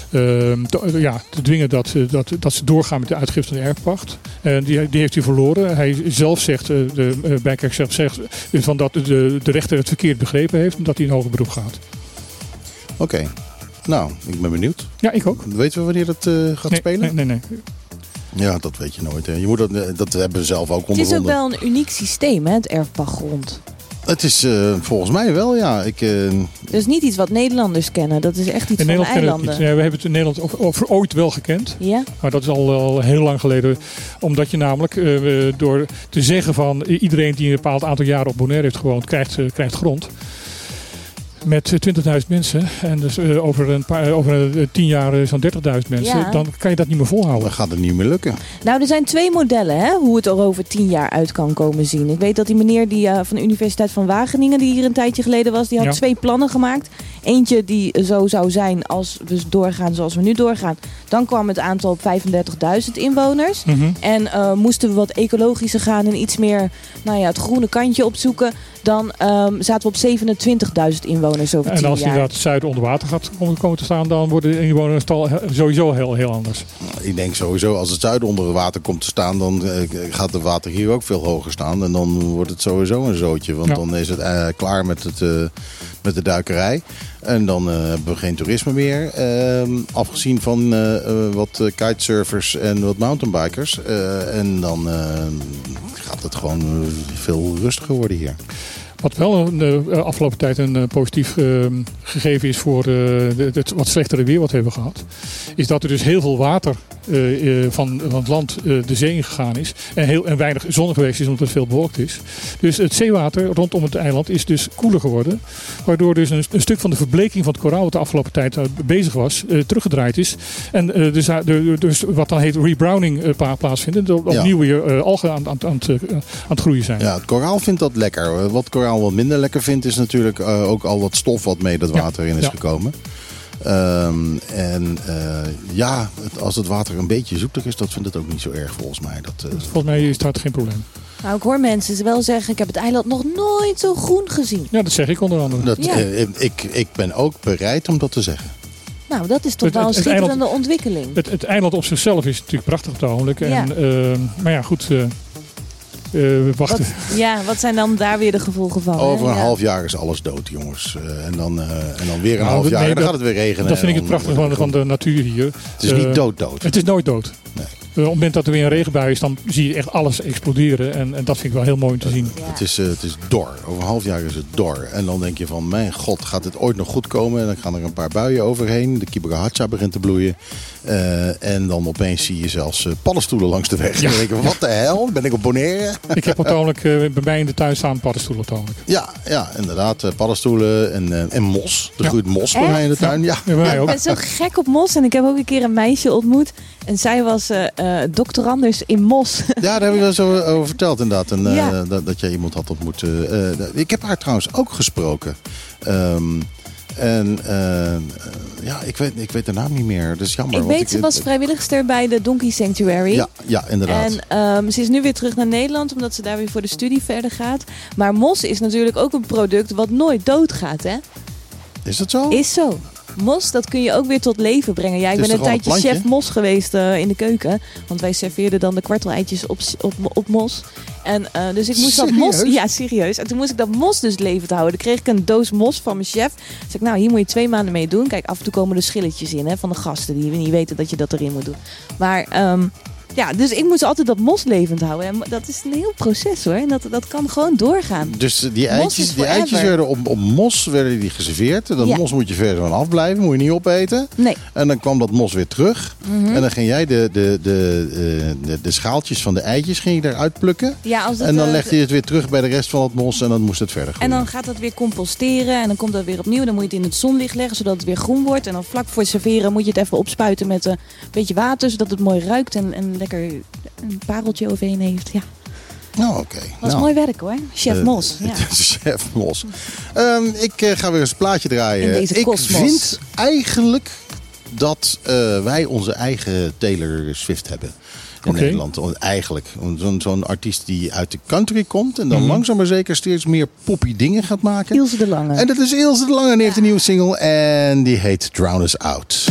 dwingen dat ze doorgaan met de uitgifte van de erfpacht. Die heeft hij verloren. Hij zelf zegt, Bijkerk zegt van dat de rechter het verkeerd begrepen heeft en dat hij in hoger beroep gaat. Oké. Nou, ik ben benieuwd. Ja, ik ook. Weten we wanneer dat gaat spelen? Nee. Ja, dat weet je nooit. Hè. Je moet dat hebben we zelf ook Het is ook ondervonden. wel een uniek systeem, hè, het erfpachtgrond. Het is volgens mij wel, ja. Dat is niet iets wat Nederlanders kennen. Dat is echt iets In van de Nederland kennen we het eilanden. niet. Ja, we hebben het in Nederland ooit wel gekend. Ja? Maar dat is al heel lang geleden. Omdat je namelijk door te zeggen van iedereen die een bepaald aantal jaren op Bonaire heeft gewoond, krijgt grond. met 20.000 mensen en dus over 10 jaar zo'n 30.000 mensen, Ja. dan kan je dat niet meer volhouden. Dan gaat het niet meer lukken. Nou, er zijn 2 modellen hè, hoe het er over 10 jaar uit kan komen zien. Ik weet dat die meneer die, van de Universiteit van Wageningen, die hier een tijdje geleden was, die had 2 plannen gemaakt. Eentje die zo zou zijn als we doorgaan zoals we nu doorgaan. Dan kwam het aantal op 35.000 inwoners. En moesten we wat ecologischer gaan en iets meer het groene kantje opzoeken. Dan zaten we op 27.000 inwoners over 10 jaar. En als inderdaad het zuiden onder water gaat komen te staan, dan worden de inwonerstal sowieso heel anders. Ik denk sowieso, als het zuiden onder het water komt te staan, dan gaat het water hier ook veel hoger staan. En dan wordt het sowieso een zootje. Want dan is het klaar met de duikerij. En dan hebben we geen toerisme meer. Afgezien van wat kitesurfers en wat mountainbikers. En dan gaat het gewoon veel rustiger worden hier. Wat wel de afgelopen tijd een positief gegeven is voor het wat slechtere weer wat we hebben gehad. Is dat er dus heel veel water van het land de zee ingegaan is. En weinig zon geweest is omdat het veel bewolkt is. Dus het zeewater rondom het eiland is dus koeler geworden. Waardoor dus een stuk van de verbleking van het koraal wat de afgelopen tijd bezig was, teruggedraaid is. En dus wat dan heet rebrowning plaatsvindt. En opnieuw weer algen aan het groeien zijn. Ja, het koraal vindt dat lekker. Wat koraal wat minder lekker vindt is natuurlijk ook al dat stof wat mee dat water in is gekomen. Als het water een beetje zoetig is, dat vindt het ook niet zo erg volgens mij. Volgens mij is dat geen probleem. Nou, ik hoor mensen wel zeggen, ik heb het eiland nog nooit zo groen gezien. Ja, dat zeg ik onder andere. Ik ben ook bereid om dat te zeggen. Nou, dat is toch wel een schitterende ontwikkeling. Het eiland op zichzelf is natuurlijk prachtig op het ogenblik. Ja. Maar ja, goed. Wachten. Wat zijn dan daar weer de gevolgen van? Over een half jaar is alles dood, jongens. En dan weer een half jaar en dan gaat het weer regenen. Dat vind ik het prachtige van de natuur hier. Het is niet dood. Het is nooit dood. Nee. Op het moment dat er weer een regenbui is, dan zie je echt alles exploderen. En dat vind ik wel heel mooi om te zien. Ja. Het is dor. Over een half jaar is het dor. En dan denk je van, mijn god, gaat het ooit nog goed komen? En dan gaan er een paar buien overheen. De Kiberahatcha begint te bloeien. En dan opeens zie je zelfs paddenstoelen langs de weg. En dan denk je, wat de hel? Ben ik op Bonaire? Ik heb uiteindelijk bij mij in de tuin staan paddenstoelen uiteindelijk. Ja, inderdaad. Paddenstoelen en mos. Er groeit mos bij mij in de tuin. Ja. Ik ben zo gek op mos. En ik heb ook een keer een meisje ontmoet. En zij was doctorandus in mos. Ja, daar heb ik wel eens over verteld inderdaad. En, dat jij iemand had ontmoet. Ik heb haar trouwens ook gesproken. Ik weet de naam niet meer. Dat is jammer. Ik weet, ze was vrijwilligster bij de Donkey Sanctuary. Ja, inderdaad. En ze is nu weer terug naar Nederland, omdat ze daar weer voor de studie verder gaat. Maar mos is natuurlijk ook een product wat nooit doodgaat, hè? Is dat zo? Is zo. Mos, dat kun je ook weer tot leven brengen. Ja, ik ben een tijdje chef mos geweest in de keuken. Want wij serveerden dan de kwarteleitjes op mos. En dus ik moest dat mos... Ja, serieus. En toen moest ik dat mos dus levend houden. Dan kreeg ik een doos mos van mijn chef. Dus ik, nou, hier moet je 2 maanden mee doen. Kijk, af en toe komen er schilletjes in van de gasten die niet weten dat je dat erin moet doen. Maar... dus ik moest altijd dat mos levend houden. En dat is een heel proces hoor. En dat kan gewoon doorgaan. Dus die eitjes werden op mos werden die geserveerd. Dat mos moet je verder van afblijven. Moet je niet opeten. Nee. En dan kwam dat mos weer terug. En dan ging jij de schaaltjes van de eitjes ging je eruit plukken. Ja, en dan legde je het weer terug bij de rest van het mos. En dan moest het verder groeien. En dan gaat dat weer composteren. En dan komt dat weer opnieuw. Dan moet je het in het zonlicht leggen. Zodat het weer groen wordt. En dan vlak voor het serveren moet je het even opspuiten met een beetje water. Zodat het mooi ruikt. En lekker een pareltje overheen heeft. Ja. Oh, oké. Dat is mooi werk hoor. Chef Mos. Ja. Chef Mos. Ik ga weer eens een plaatje draaien. In deze kosmos. Ik vind eigenlijk dat wij onze eigen Taylor Swift hebben. In Nederland. Eigenlijk. Zo'n artiest die uit de country komt. En dan langzaam maar zeker steeds meer poppy dingen gaat maken. Ilse de Lange. En dat is Ilse de Lange. En die heeft een nieuwe single. En die heet Drown Us Out.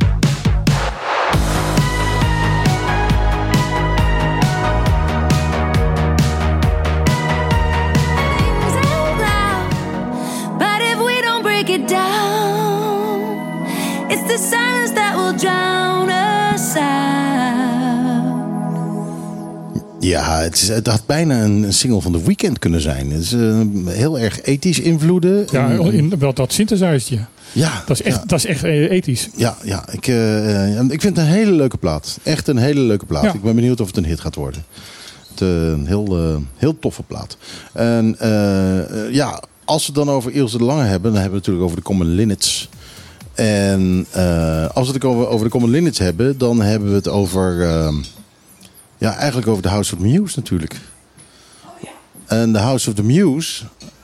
The silence that will drown us out. Ja, het had bijna een single van The Weeknd kunnen zijn. Het is heel erg ethisch invloeden. Ja, wel dat synthesizertje. Ja, dat is echt ethisch. Ja, ik vind het een hele leuke plaat. Echt een hele leuke plaat. Ja. Ik ben benieuwd of het een hit gaat worden. Een heel toffe plaat. En als we het dan over Ilse de Lange hebben, dan hebben we het natuurlijk over de Common Linnets. En als we het over de Common Linnets hebben, dan hebben we het over, eigenlijk over de House of the Muse natuurlijk. En de House of the Muse,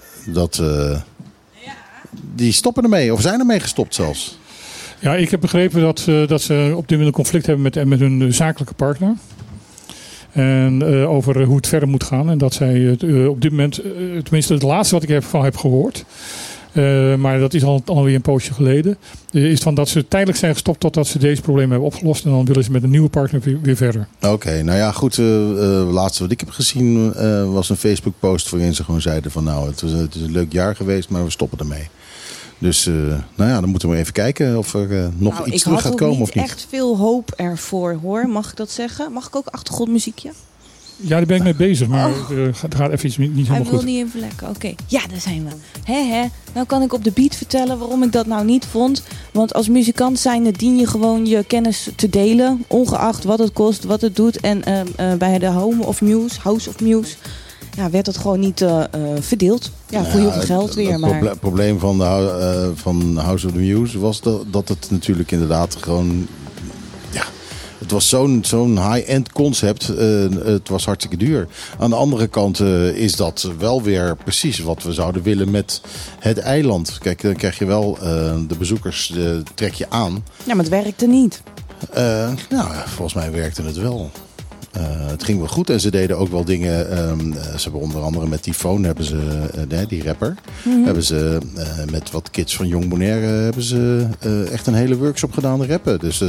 die stoppen ermee, of zijn ermee gestopt zelfs. Ja, ik heb begrepen dat ze op dit moment een conflict hebben met hun zakelijke partner. En over hoe het verder moet gaan. En dat zij op dit moment, tenminste het laatste wat ik ervan heb gehoord, maar dat is alweer een poosje geleden, is van dat ze tijdelijk zijn gestopt totdat ze deze problemen hebben opgelost. En dan willen ze met een nieuwe partner weer verder. Oké, nou ja, goed. Het laatste wat ik heb gezien was een Facebook post waarin ze gewoon zeiden van het is een leuk jaar geweest, maar we stoppen ermee. Dus dan moeten we even kijken of er nog iets terug gaat komen of niet. Ik had echt veel hoop ervoor, hoor. Mag ik dat zeggen? Mag ik ook achtergrondmuziekje? Ja, daar ben ik mee bezig, maar het gaat even iets niet helemaal goed. Hij wil niet in vlekken, oké. Ja, daar zijn we. Nou kan ik op de beat vertellen waarom ik dat nou niet vond. Want als muzikant zijnde dien je gewoon je kennis te delen. Ongeacht wat het kost, wat het doet. En bij de House of Muse... Ja, werd het gewoon niet verdeeld. Ja, voor heel veel geld weer. Het probleem van House of the Muse was dat het natuurlijk inderdaad gewoon... Ja, het was zo'n high-end concept. Het was hartstikke duur. Aan de andere kant is dat wel weer precies wat we zouden willen met het eiland. Kijk, dan krijg je wel de bezoekers, trek je aan. Ja, maar het werkte niet. Volgens mij werkte het wel. Het ging wel goed en ze deden ook wel dingen. Ze hebben onder andere met Typhoon hebben ze die rapper. Hebben ze met wat kids van Jong Bonaire hebben ze echt een hele workshop gedaan rappen. Dus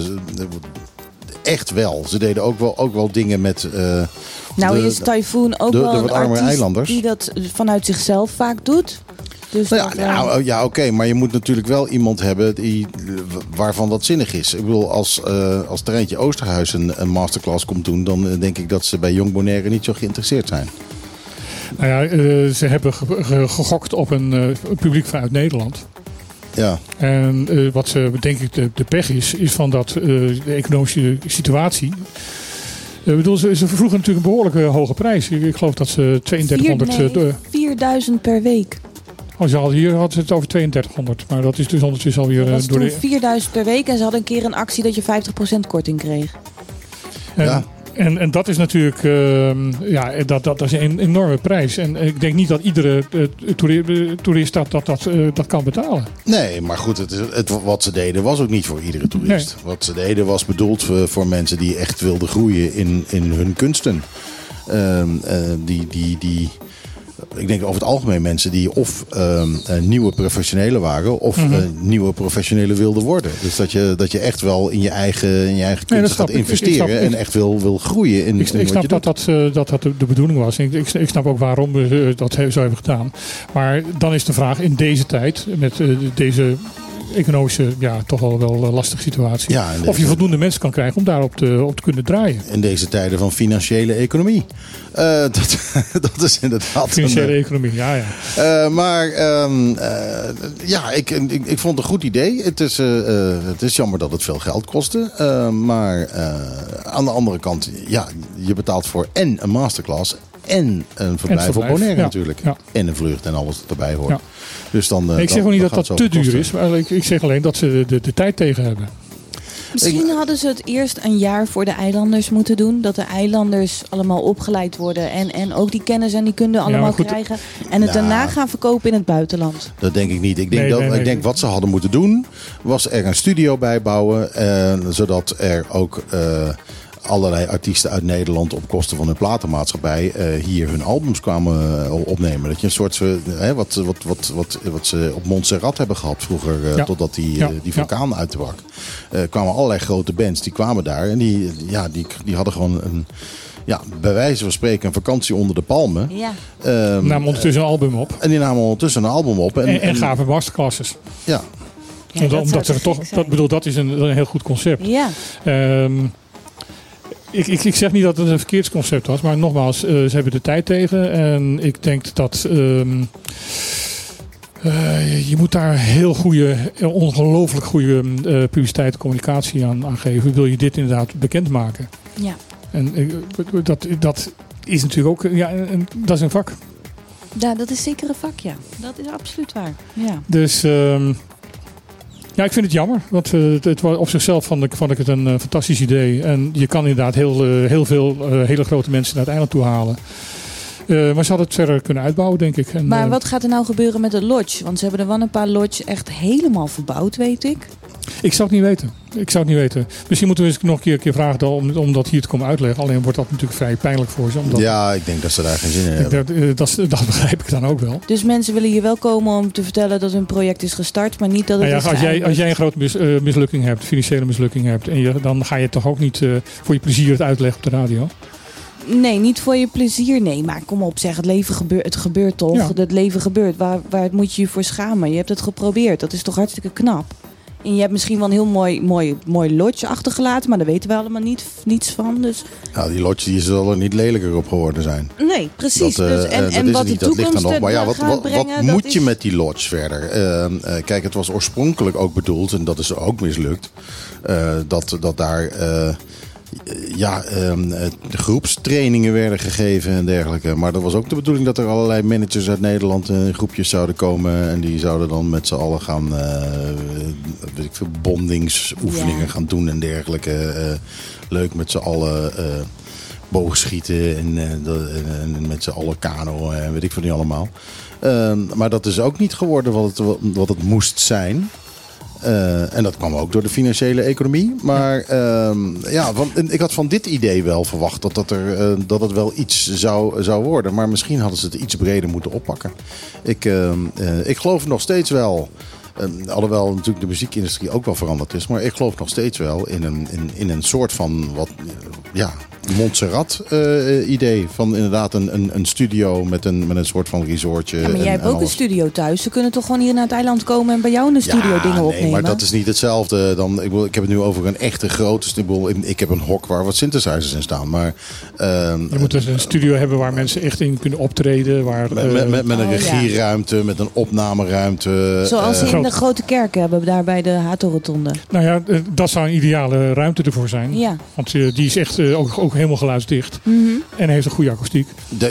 echt wel. Ze deden ook wel dingen met. Is Typhoon ook wel een artiest eilanders die dat vanuit zichzelf vaak doet. Dus oké, maar je moet natuurlijk wel iemand hebben waarvan dat zinnig is. Ik bedoel, als Terreintje Oosterhuis een masterclass komt doen, dan denk ik dat ze bij Jong Bonaire niet zo geïnteresseerd zijn. Nou ja, ze hebben gegokt op een publiek vanuit Nederland. Ja. En wat ze denk ik de pech is van dat de economische situatie. Ik bedoel, ze vroegen natuurlijk een behoorlijke hoge prijs. Ik geloof dat ze 3200... 4000 per week. Hier hadden ze het over 3200. Maar dat is dus ondertussen alweer... Dat was toen 4000 per week. En ze hadden een keer een actie dat je 50% korting kreeg. En dat is natuurlijk... dat is een enorme prijs. En ik denk niet dat iedere toerist dat kan betalen. Nee, maar goed, wat ze deden was ook niet voor iedere toerist. Nee. Wat ze deden was bedoeld voor mensen die echt wilden groeien in hun kunsten. Ik denk over het algemeen mensen die of nieuwe professionelen waren of nieuwe professionele wilden worden. Dus dat je echt wel in je eigen kunst gaat investeren en echt wil groeien in wat je doet. Ik snap dat de bedoeling was. Ik snap ook waarom we dat zo hebben gedaan. Maar dan is de vraag in deze tijd met deze economische, toch wel lastige situatie. Ja, of je voldoende mensen kan krijgen om daarop op te kunnen draaien. In deze tijden van financiële economie. Dat is inderdaad... Financiële economie, ja. Ik vond het een goed idee. Het is jammer dat het veel geld kostte. Maar aan de andere kant, je betaalt voor en een masterclass en een verblijf op Bonaire natuurlijk. Ja. En een vlucht en alles wat erbij hoort. Ja. Dus dan, ik zeg ook niet dat te duur is. Maar ik zeg alleen dat ze de tijd tegen hebben. Misschien hadden ze het eerst een jaar voor de eilanders moeten doen. Dat de eilanders allemaal opgeleid worden. En ook die kennis en die kunde allemaal krijgen. En het daarna gaan verkopen in het buitenland. Dat denk ik niet. Ik denk wat ze hadden moeten doen was er een studio bij bouwen. Zodat er ook... allerlei artiesten uit Nederland op kosten van hun platenmaatschappij hier hun albums kwamen opnemen. Dat je een soort wat ze op Montserrat hebben gehad vroeger, totdat die vulkaan uitbrak. Kwamen allerlei grote bands, die kwamen daar en die hadden gewoon een... Ja, bij wijze van spreken een vakantie onder de palmen. Ja. Namen ondertussen een album op. En die namen ondertussen een album op. En gaven masterclasses. Ja. Omdat ze toch... Dat is een heel goed concept. Ja. Ik zeg niet dat het een verkeerd concept was, maar nogmaals, ze hebben de tijd tegen. En ik denk dat je moet daar heel ongelooflijk goede publiciteit en communicatie aan geven. Wil je dit inderdaad bekendmaken? Ja. En dat is natuurlijk ook, dat is een vak. Ja, dat is zeker een vak, ja. Dat is absoluut waar. Ja. Dus ja, ik vind het jammer. Want het was op zichzelf vond ik het een fantastisch idee. En je kan inderdaad heel veel hele grote mensen naar het eiland toe halen. Maar ze hadden het verder kunnen uitbouwen, denk ik. En, Maar wat gaat er nou gebeuren met de lodge? Want ze hebben de Wannepa Lodge echt helemaal verbouwd, weet ik. Ik zou het niet weten. Misschien moeten we eens nog een keer vragen om dat hier te komen uitleggen. Alleen wordt dat natuurlijk vrij pijnlijk voor ze. Omdat Ja, ik denk dat ze daar geen zin in hebben. Dat begrijp ik dan ook wel. Dus mensen willen hier wel komen om te vertellen dat hun project is gestart, maar niet dat het Nou is ja, geëindigd. als jij een grote mislukking hebt, financiële mislukking hebt, en dan ga je toch ook niet voor je plezier het uitleggen op de radio. Nee, niet voor je plezier. Nee, maar kom op, zeg. Het gebeurt toch? Ja. Het leven gebeurt. Waar moet je je voor schamen? Je hebt het geprobeerd. Dat is toch hartstikke knap? En je hebt misschien wel een heel mooi lodge achtergelaten, maar daar weten we allemaal niets van. Dus... Nou, die lodge die zal er niet lelijker op geworden zijn. Nee, precies. Dat, dus, en wat de niet, dat ligt toekomst er nog. Maar ja, gaat wat brengen, moet dat je is... met die lodge verder? Kijk, het was oorspronkelijk ook bedoeld, en dat is ook mislukt, dat daar de groepstrainingen werden gegeven en dergelijke. Maar dat was ook de bedoeling dat er allerlei managers uit Nederland in groepjes zouden komen. En die zouden dan met z'n allen gaan bondingsoefeningen gaan doen en dergelijke. Leuk met z'n allen boogschieten en met z'n allen kano en weet ik van die allemaal. Maar dat is ook niet geworden wat het moest zijn. En dat kwam ook door de financiële economie. Maar ik had van dit idee wel verwacht dat het wel iets zou worden. Maar misschien hadden ze het iets breder moeten oppakken. Ik geloof nog steeds wel, alhoewel natuurlijk de muziekindustrie ook wel veranderd is. Maar ik geloof nog steeds wel in een soort van Montserrat idee. Van inderdaad een studio met een soort van resortje. Ja, maar jij hebt ook een studio thuis. Ze kunnen toch gewoon hier naar het eiland komen en bij jou in de studio dingen opnemen? Nee, maar dat is niet hetzelfde. Ik heb het nu over een echte grote studio. Ik heb een hok waar wat synthesizers in staan. Maar je moet dus een studio hebben waar mensen echt in kunnen optreden. Waar, met een regieruimte, met een opnameruimte. Zoals ze in de grote kerk hebben, daar bij de Hato-rotonde. Nou ja, dat zou een ideale ruimte ervoor zijn. Ja. Want die is echt ook helemaal geluidsdicht. Mm-hmm. En heeft een goede akoestiek.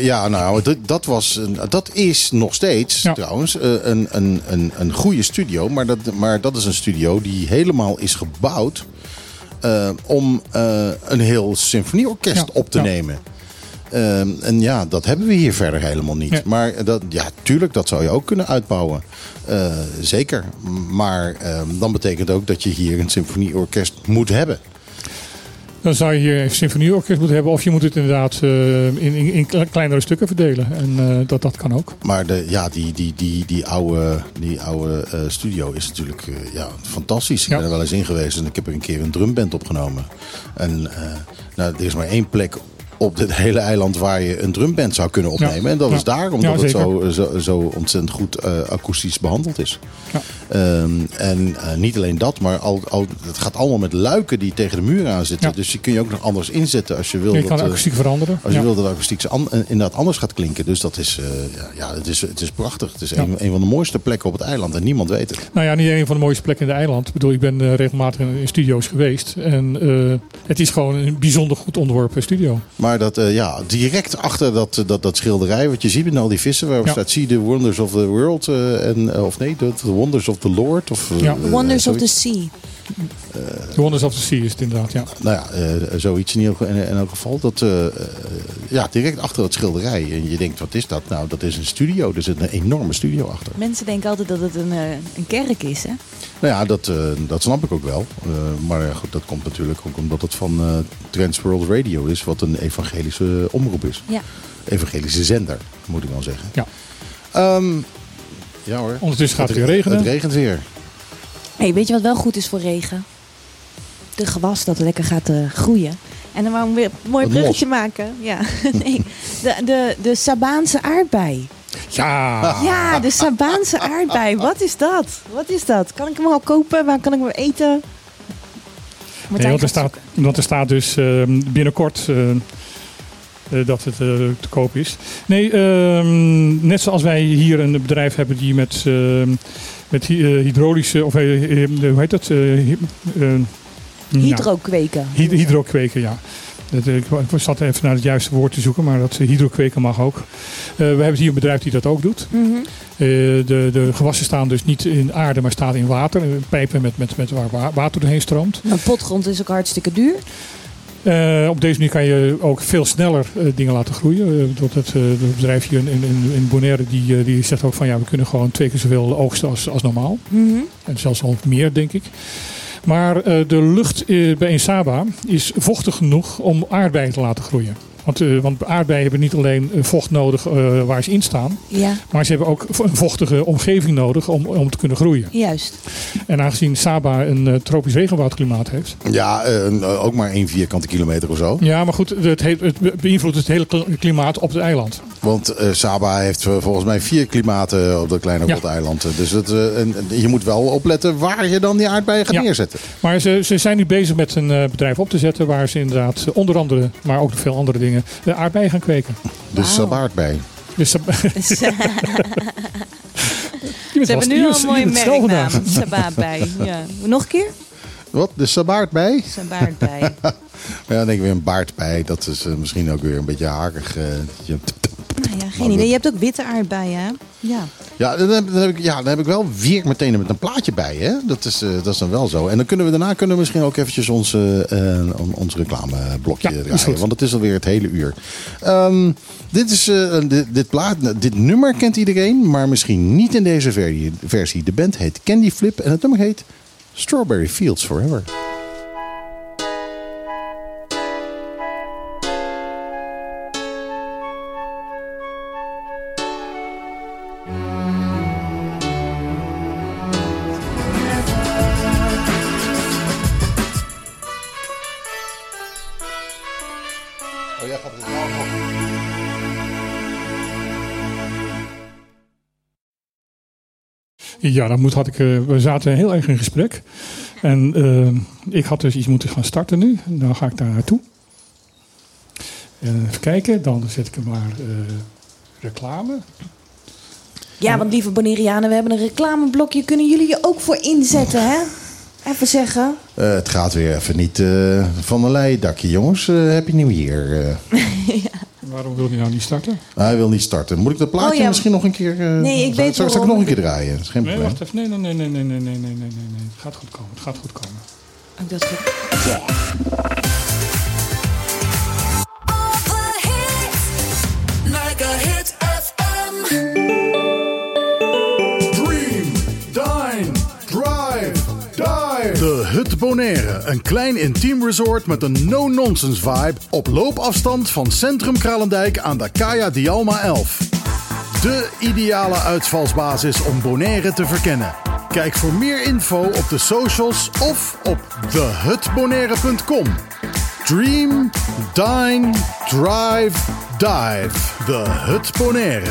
Dat is nog steeds trouwens een goede studio. Maar dat is een studio die helemaal is gebouwd om een heel symfonieorkest op te nemen. En ja, dat hebben we hier verder helemaal niet. Ja. Maar tuurlijk, dat zou je ook kunnen uitbouwen. Zeker. Maar dan betekent ook dat je hier een symfonieorkest moet hebben. Dan zou je hier een symfonieorkest moeten hebben. Of je moet het inderdaad in kleinere stukken verdelen. En dat kan ook. Maar die oude studio is natuurlijk fantastisch. Ik ben er wel eens in geweest. En ik heb er een keer een drumband opgenomen. En er is maar één plek op dit hele eiland waar je een drumband zou kunnen opnemen. En dat is daar, omdat het zo ontzettend goed akoestisch behandeld is. Ja. En niet alleen dat, maar het gaat allemaal met luiken die tegen de muur aan zitten. Ja. Dus die kun je ook nog anders inzetten als je wil. Je kan de akoestiek veranderen. Als je wil dat de akoestiek inderdaad anders gaat klinken. Dus dat is, het is prachtig. Het is een van de mooiste plekken op het eiland en niemand weet het. Nou ja, niet een van de mooiste plekken in het eiland. Ik bedoel, ik ben regelmatig in studio's geweest. En het is gewoon een bijzonder goed ontworpen studio. Maar direct achter dat schilderij wat je ziet met al die vissen waarop staat See the Wonders of the World The Wonders of the Lord Wonders of the Sea. The Wonders of the Sea is het inderdaad, ja. Nou ja, zoiets in elk geval. Direct achter dat schilderij. En je denkt, wat is dat? Nou, dat is een studio. Er zit een enorme studio achter. Mensen denken altijd dat het een kerk is, hè? Nou ja, dat snap ik ook wel. Maar goed, dat komt natuurlijk ook omdat het van Transworld Radio is. Wat een evangelische omroep is. Ja. Evangelische zender, moet ik wel zeggen. Ja. Ja hoor. Ondertussen gaat het weer regenen. Het regent weer. Hey, weet je wat wel goed is voor regen? De gewas dat lekker gaat groeien. En dan wou ik weer een mooi bruggetje maken. Ja. Nee. De Sabaanse aardbei. Ja, de Sabaanse aardbei. Wat is dat? Kan ik hem al kopen? Waar kan ik hem eten? Nee, want er staat dus binnenkort dat het te koop is. Nee, net zoals wij hier een bedrijf hebben die met hydraulische, of hoe heet dat? Hydrokweken. Hydrokweken, ja. Ik zat even naar het juiste woord te zoeken, maar dat hydrokweken mag ook. We hebben hier een bedrijf die dat ook doet. Mhm. De gewassen staan dus niet in aarde, maar staan in water. Pijpen met waar water doorheen stroomt. Een potgrond is ook hartstikke duur. Op deze manier kan je ook veel sneller dingen laten groeien. Het bedrijf hier in Bonaire die zegt ook van ja, we kunnen gewoon 2 keer zoveel oogsten als normaal. Mhm. En zelfs al meer, denk ik. Maar de lucht in Saba is vochtig genoeg om aardbeien te laten groeien. Want aardbeien hebben niet alleen vocht nodig waar ze in staan. Ja, Maar ze hebben ook een vochtige omgeving nodig om te kunnen groeien. juist. En aangezien Saba een tropisch regenwoudklimaat heeft. Ja, ook maar 1 vierkante kilometer of zo. Ja, maar goed, het beïnvloedt het hele klimaat op het eiland. Want Saba heeft volgens mij 4 klimaten op dat kleine Ja. eiland. Dus je moet wel opletten waar je dan die aardbeien gaat Ja. neerzetten. Maar ze zijn nu bezig met een bedrijf op te zetten waar ze inderdaad onder andere, maar ook veel andere dingen, de aardbeien gaan kweken. De Wauw. Sabaardbei. Dus Ze hebben nu al een mooie merknaam. Sabaardbei. Ja. Nog een keer? Wat? De Sabaardbei? Sabaardbei. Ja, dan denk ik weer een baardbei. Dat is misschien ook weer een beetje hakig. Nou ja, geen idee. Je hebt ook witte aardbeien, hè? Ja. Ja, dan heb ik wel weer meteen met een plaatje bij. Hè? Dat is dan wel zo. En dan kunnen we misschien ook eventjes ons reclameblokje Ja, is draaien. goed. Want het is alweer het hele uur. Dit nummer kent iedereen, maar misschien niet in deze versie. De band heet Candy Flip en het nummer heet Strawberry Fields Forever. Oh, jij gaat het wel. Ja, we zaten heel erg in gesprek. En ik had dus iets moeten gaan starten nu. Nou ga ik daar naartoe. Even kijken, dan zet ik er maar reclame. Ja, want lieve Bonaireanen, we hebben een reclameblokje. Kunnen jullie je ook voor inzetten, hè? Even zeggen. Het gaat weer even niet van een leidakje, jongens. Happy New Year. Waarom wil hij nou niet starten? Hij wil niet starten. Moet ik dat plaatje Oh, ja. misschien nog een keer... Nee, ik weet zal ik waarom. nog een keer draaien? Dat is geen Nee, probleem. wacht even. Nee. Het gaat goed komen. Het gaat goed komen. Ook dat goed. Mega Hit FM. Dream, dine, drive, dive. De Hut Bonaire. Een klein intiem resort met een no-nonsense vibe. Op loopafstand van Centrum Kralendijk aan de Kaya Dialma 11. De ideale uitvalsbasis om Bonaire te verkennen. Kijk voor meer info op de socials of op thehutbonaire.com. Dream, dine, drive, dive. De Hut Bonaire.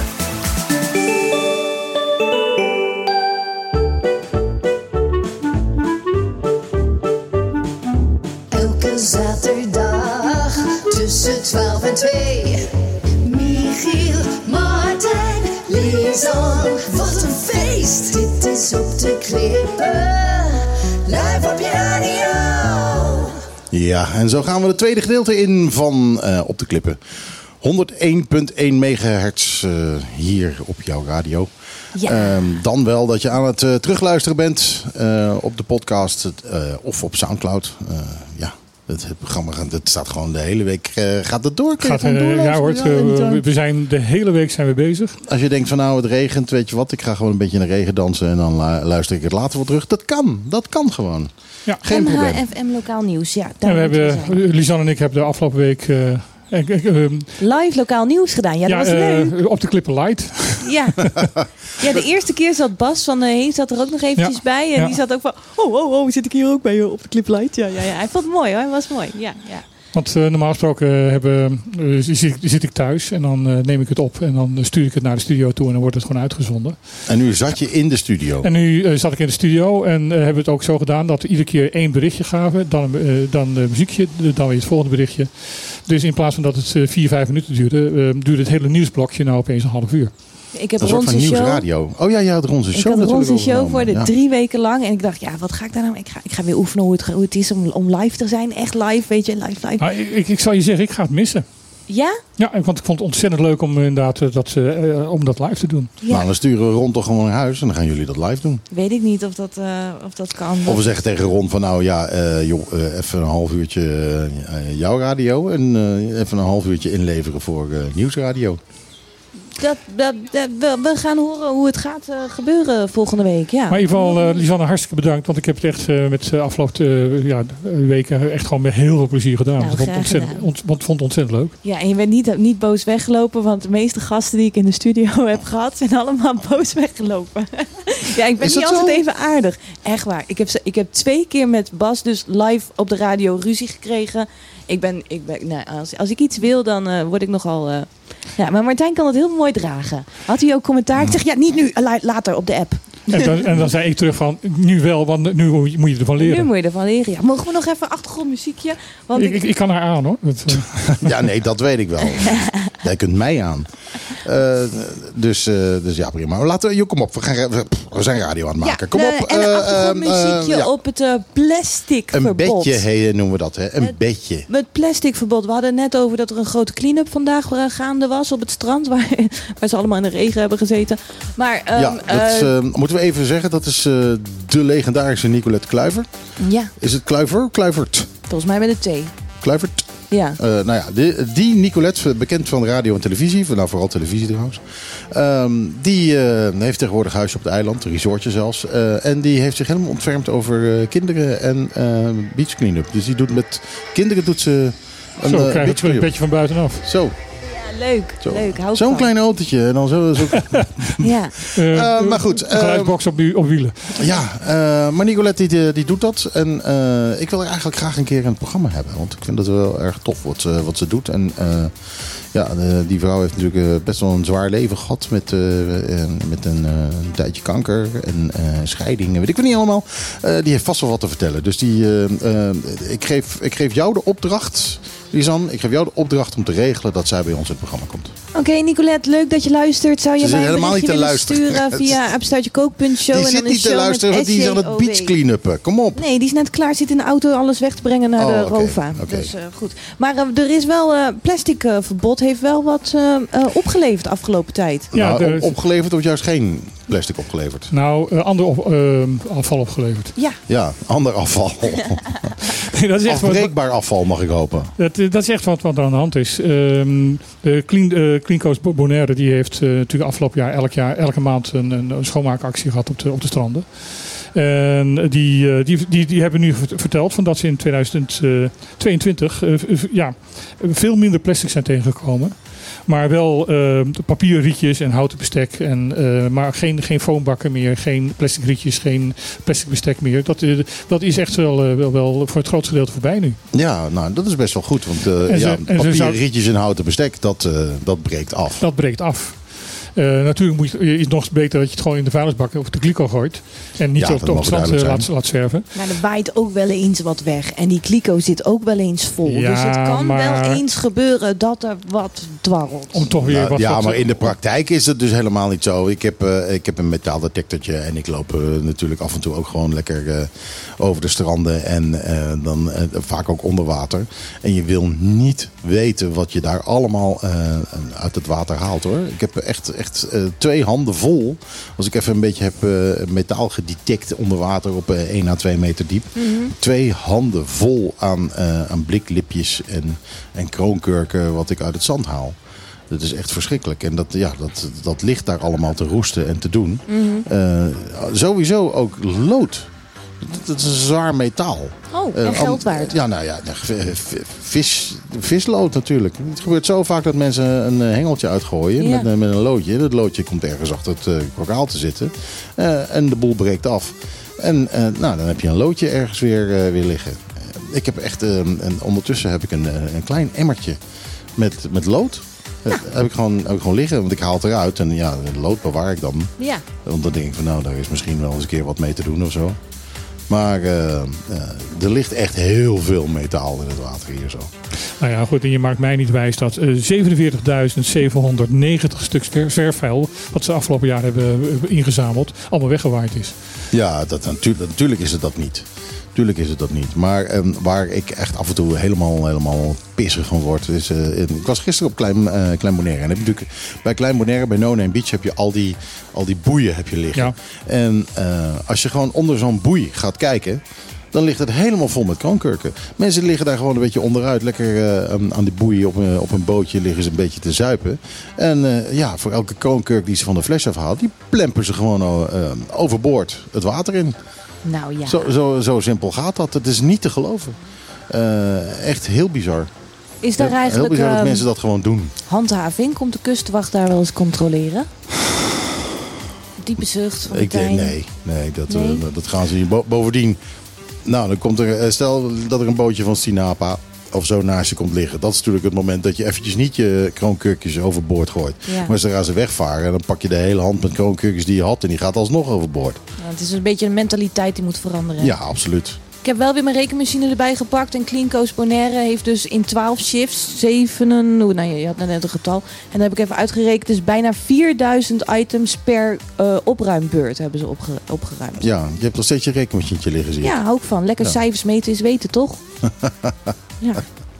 Elke zaterdag tussen 12 en 2. Michiel, Martijn, Lisan. Wat een feest! Dit is op de klippen. Live op je radio. Ja, en zo gaan we het tweede gedeelte in van Op de Klippen. 101.1 megahertz hier op jouw radio. Ja. Dan wel dat je aan het terugluisteren bent op de podcast of op Soundcloud. Ja, het programma het staat gewoon de hele week gaat het door. Kun je gewoon Ja hoor, doorluisteren? we zijn de hele week zijn we bezig. Als je denkt van nou het regent, weet je wat, ik ga gewoon een beetje in de regen dansen en dan luister ik het later wel terug. Dat kan gewoon. Ja. Geen probleem. MHFM Lokaal Nieuws, ja. En Daar we moeten we hebben, zijn. Lisanne en ik hebben de afgelopen week Live Lokaal Nieuws gedaan. Ja, dat was leuk. op de Klippen Light. Ja. Ja, de eerste keer zat Bas van Heen zat er ook nog eventjes Ja. bij. En Ja. die zat ook van, oh, zit ik hier ook bij op de Clip Light? Ja. Hij vond het mooi hoor, hij was mooi. Ja. Want normaal gesproken zit ik thuis en dan neem ik het op en dan stuur ik het naar de studio toe en dan wordt het gewoon uitgezonden. En nu zat je in de studio. En nu zat ik in de studio en hebben we het ook zo gedaan dat we iedere keer 1 berichtje gaven, dan muziekje, dan weer het volgende berichtje. Dus in plaats van dat het 4-5 minuten duurde het hele nieuwsblokje nou opeens een half uur. Ik heb Een soort van Ron's show. nieuwsradio. Oh ja, je had Ron's show Ik had natuurlijk Ron's show overgenomen. voor de Ja. 3 weken lang. En ik dacht, ja, wat ga ik daar nou? Ik ga weer oefenen hoe het is om live te zijn. Echt live, weet je, live. Maar ik zal je zeggen, ik ga het missen. Ja? Ja, want ik vond het ontzettend leuk om inderdaad om dat live te doen. Ja. Nou, dan sturen we Ron toch gewoon naar huis en dan gaan jullie dat live doen. Weet ik niet of dat kan. Of we zeggen tegen Ron van nou ja, even een half uurtje jouw radio en even een half uurtje inleveren voor nieuwsradio. We gaan horen hoe het gaat gebeuren volgende week. Ja. Maar in ieder geval, Lisanne, hartstikke bedankt. Want ik heb het echt met de afgelopen weken echt gewoon met heel veel plezier gedaan. Nou, Want ik vond het vond het ontzettend leuk. Ja, en je bent niet boos weggelopen, want de meeste gasten die ik in de studio heb gehad, zijn allemaal boos weggelopen. Ja, ik ben Is niet dat altijd zo? even aardig. Echt waar. Ik heb 2 keer met Bas dus live op de radio ruzie gekregen. Nou, als ik iets wil, dan word ik nogal... Ja, maar Martijn kan het heel mooi dragen. Had hij ook commentaar? Ik zeg, ja, niet nu, later op de app. En dan zei ik terug van, nu wel, want nu moet je ervan Nu leren. moet je ervan leren. Ja, mogen we nog even achtergrondmuziekje? Want Ik kan haar aan hoor. Ja, nee, dat weet ik wel. Jij kunt mij aan. Dus ja, prima. Maar kom op, we zijn radio aan het maken. Kom op. En een achtergrondmuziekje ja. op het plasticverbod. Een bedje noemen we dat, hè? Een bedje. Het plasticverbod. We hadden het net over dat er een grote clean-up vandaag gaande was op het strand. Waar ze allemaal in de regen hebben gezeten. Maar, moeten we even zeggen, dat is de legendarische Nicolette Kluivert. ja, Is het Kluivert? Kluivert. volgens mij met een T. Kluivert. Ja. Nou ja, die Nicolette, bekend van radio en televisie, nou vooral televisie trouwens, die heeft tegenwoordig huis op het eiland, een resortje zelfs. En die heeft zich helemaal ontfermd over kinderen en beach clean-up. Dus die doet met kinderen doet ze een Zo krijg beach je het een clean-up. beetje van buitenaf. Zo, Ja, leuk. zo. Leuk. Hou ik Zo'n van. klein autootje en dan zo. Ja. Maar goed. Een geluidsbox op wielen. Ja, maar Nicolette die doet dat. En ik wil haar eigenlijk graag een keer in het programma hebben. Want ik vind dat wel erg tof wat ze doet. En die vrouw heeft natuurlijk best wel een zwaar leven gehad. Met een tijdje kanker en scheiding. Weet ik wel niet allemaal. Die heeft vast wel wat te vertellen. Dus ik geef jou de opdracht, Lisanne. Ik geef jou de opdracht om te regelen dat zij bij ons in het programma komt. Oké, Nicolette, leuk dat je luistert. Zou je Ze zit mij een helemaal niet berichtje te willen luisteren. sturen via @stuitjekook.show? Die zit niet te luisteren, want die is aan het beach clean-uppen. Kom op. Nee, die is net klaar. Zit in de auto alles weg te brengen naar de oké, Rova. oké. Dus goed. Maar er is wel plastic verbod. Heeft wel wat opgeleverd de afgelopen tijd. Ja, Nou, opgeleverd of juist geen plastic opgeleverd? Nou, ander afval opgeleverd. Ja. Ja, ander afval. Dat is echt Afbreekbaar afval mag ik hopen. Dat is echt wat er aan de hand is. Clean Coast Bonaire die heeft natuurlijk afgelopen jaar elke maand een schoonmaakactie gehad op de stranden. En die hebben nu verteld van dat ze in 2022 veel minder plastic zijn tegengekomen. Maar wel papieren rietjes en houten bestek. Maar geen foambakken meer, geen plastic rietjes, geen plastic bestek meer. Dat is echt wel voor het grootste gedeelte voorbij nu. Ja, nou dat is best wel goed. Want papieren rietjes en houten bestek, dat breekt af. Dat breekt af. Natuurlijk is het nog beter dat je het gewoon in de vuilnisbak of de kliko gooit. En niet Ja, zo op dat het mag strand duidelijk laat zwerven. Maar er waait ook wel eens wat weg. En die kliko zit ook wel eens vol. Ja, dus het kan maar- wel eens gebeuren dat er wat dwarrelt. Om toch weer Maar in de praktijk is het dus helemaal niet zo. Ik heb een metaaldetectortje en ik loop natuurlijk af en toe ook gewoon lekker over de stranden en dan vaak ook onder water. En je wil niet weten wat je daar allemaal uit het water haalt, hoor. Ik heb echt 2 handen vol. Als ik even een beetje heb metaal gedetect onder water op 1 à 2 meter diep. 2 handen vol aan bliklipjes en kroonkurken wat ik uit het zand haal. Dat is echt verschrikkelijk. En dat ligt daar allemaal te roesten en te doen. Sowieso ook lood. Dat is een zwaar metaal. Oh, en geld waard. Ja, nou ja, vislood natuurlijk. Het gebeurt zo vaak dat mensen een hengeltje uitgooien Ja. met een loodje. Dat loodje komt ergens achter het koraal te zitten. En de boel breekt af. En dan heb je een loodje ergens weer liggen. Ik heb echt, ondertussen heb ik een klein emmertje met lood. Heb ik gewoon liggen, want ik haal het eruit. En ja, het lood bewaar ik dan. Ja. Want dan denk ik van, nou, daar is misschien wel eens een keer wat mee te doen of zo. Maar er ligt echt heel veel metaal in het water hier zo. Nou ja, goed. En je maakt mij niet wijs dat 47.790 stuks zwerfvuil, wat ze afgelopen jaar hebben ingezameld, allemaal weggewaaid is. Ja, natuurlijk is het dat niet. Tuurlijk is het dat niet. Maar waar ik echt af en toe helemaal pissig van word. Ik was gisteren op Klein Bonaire. En heb je natuurlijk, bij Klein Bonaire, bij No Name Beach, heb je al die boeien heb je liggen. Ja. En als je gewoon onder zo'n boei gaat kijken, dan ligt het helemaal vol met kroonkurken. Mensen liggen daar gewoon een beetje onderuit. Lekker aan die boei op een bootje liggen ze een beetje te zuipen. En voor elke kroonkurk die ze van de fles afhaalt, die plempen ze gewoon overboord het water in. Nou ja. Zo simpel gaat dat. Het is niet te geloven. Echt heel bizar. Is daar eigenlijk heel bizar dat mensen dat gewoon doen. Handhaving? Komt de kustwacht daar wel eens controleren? Diepe zucht van Martijn. Nee, dat gaan ze niet. Bovendien, dan komt er, stel dat er een bootje van Stinapa of zo naast je komt liggen. Dat is natuurlijk het moment dat je eventjes niet je kroonkurkjes overboord gooit. Ja. Maar zodra ze wegvaren, dan pak je de hele hand met kroonkurkjes die je had en die gaat alsnog overboord. Ja, het is een beetje een mentaliteit die moet veranderen. Ja, absoluut. Ik heb wel weer mijn rekenmachine erbij gepakt. En Clean Coast Bonaire heeft dus in 12 shifts, je had net een getal. En dan heb ik even uitgerekend. Dus bijna 4000 items per opruimbeurt hebben ze opgeruimd. Ja, je hebt nog steeds je rekenmachientje liggen, zie je. Ja, hou ik van. Lekker cijfers meten is weten, toch? Ja.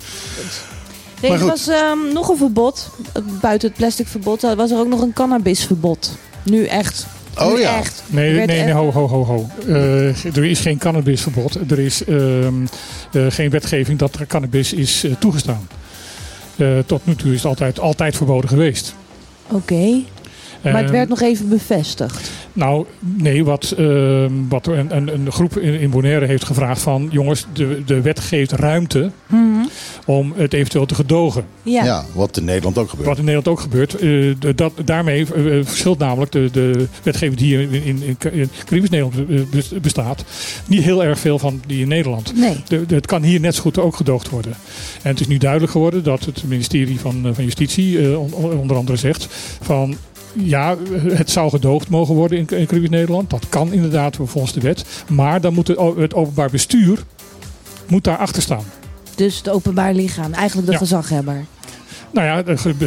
Nee, er was nog een verbod. Buiten het plastic verbod was er ook nog een cannabisverbod. Nu echt. Oh ja. Echt. Nee, ho. Er is geen cannabisverbod. Er is geen wetgeving dat er cannabis is toegestaan. Tot nu toe is het altijd verboden geweest. Oké. Maar het werd nog even bevestigd. Nou, nee, wat een groep in Bonaire heeft gevraagd van, jongens, de wet geeft ruimte om het eventueel te gedogen. Ja, wat in Nederland ook gebeurt. Daarmee verschilt namelijk de wetgeving die in Caribisch Nederland bestaat niet heel erg veel van die in Nederland. Nee. Het kan hier net zo goed ook gedoogd worden. En het is nu duidelijk geworden dat het ministerie van Justitie onder andere zegt van, ja, het zou gedoogd mogen worden in Caribisch Nederland. Dat kan inderdaad volgens de wet. Maar dan moet het openbaar bestuur daar achter staan. Dus het openbaar lichaam, eigenlijk de gezaghebber. Nou ja,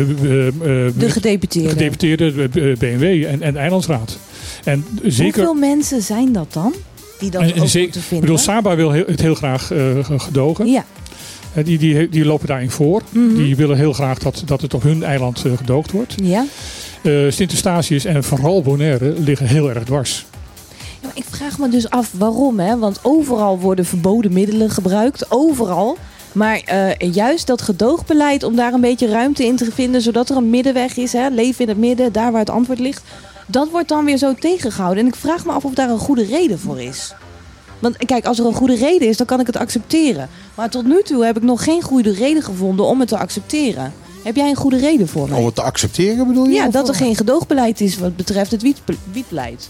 de gedeputeerde. Gedeputeerde, BMW en Eilandsraad. En zeker, hoeveel mensen zijn dat dan? Die dat ook moeten vinden? Ik bedoel, Saba wil het heel graag gedogen. Ja. Die lopen daarin voor. Mm-hmm. Die willen heel graag dat het op hun eiland gedoogd wordt. Ja. Sint-Eustatius en vooral Bonaire liggen heel erg dwars. Ja, maar ik vraag me dus af waarom. Hè? Want overal worden verboden middelen gebruikt. Overal. Maar juist dat gedoogbeleid om daar een beetje ruimte in te vinden. Zodat er een middenweg is. Hè? Leven in het midden, daar waar het antwoord ligt. Dat wordt dan weer zo tegengehouden. En ik vraag me af of daar een goede reden voor is. Want kijk, als er een goede reden is, dan kan ik het accepteren. Maar tot nu toe heb ik nog geen goede reden gevonden om het te accepteren. Heb jij een goede reden voor mij? Om het te accepteren bedoel je? Ja, dat er geen gedoogbeleid is wat betreft het wietbeleid.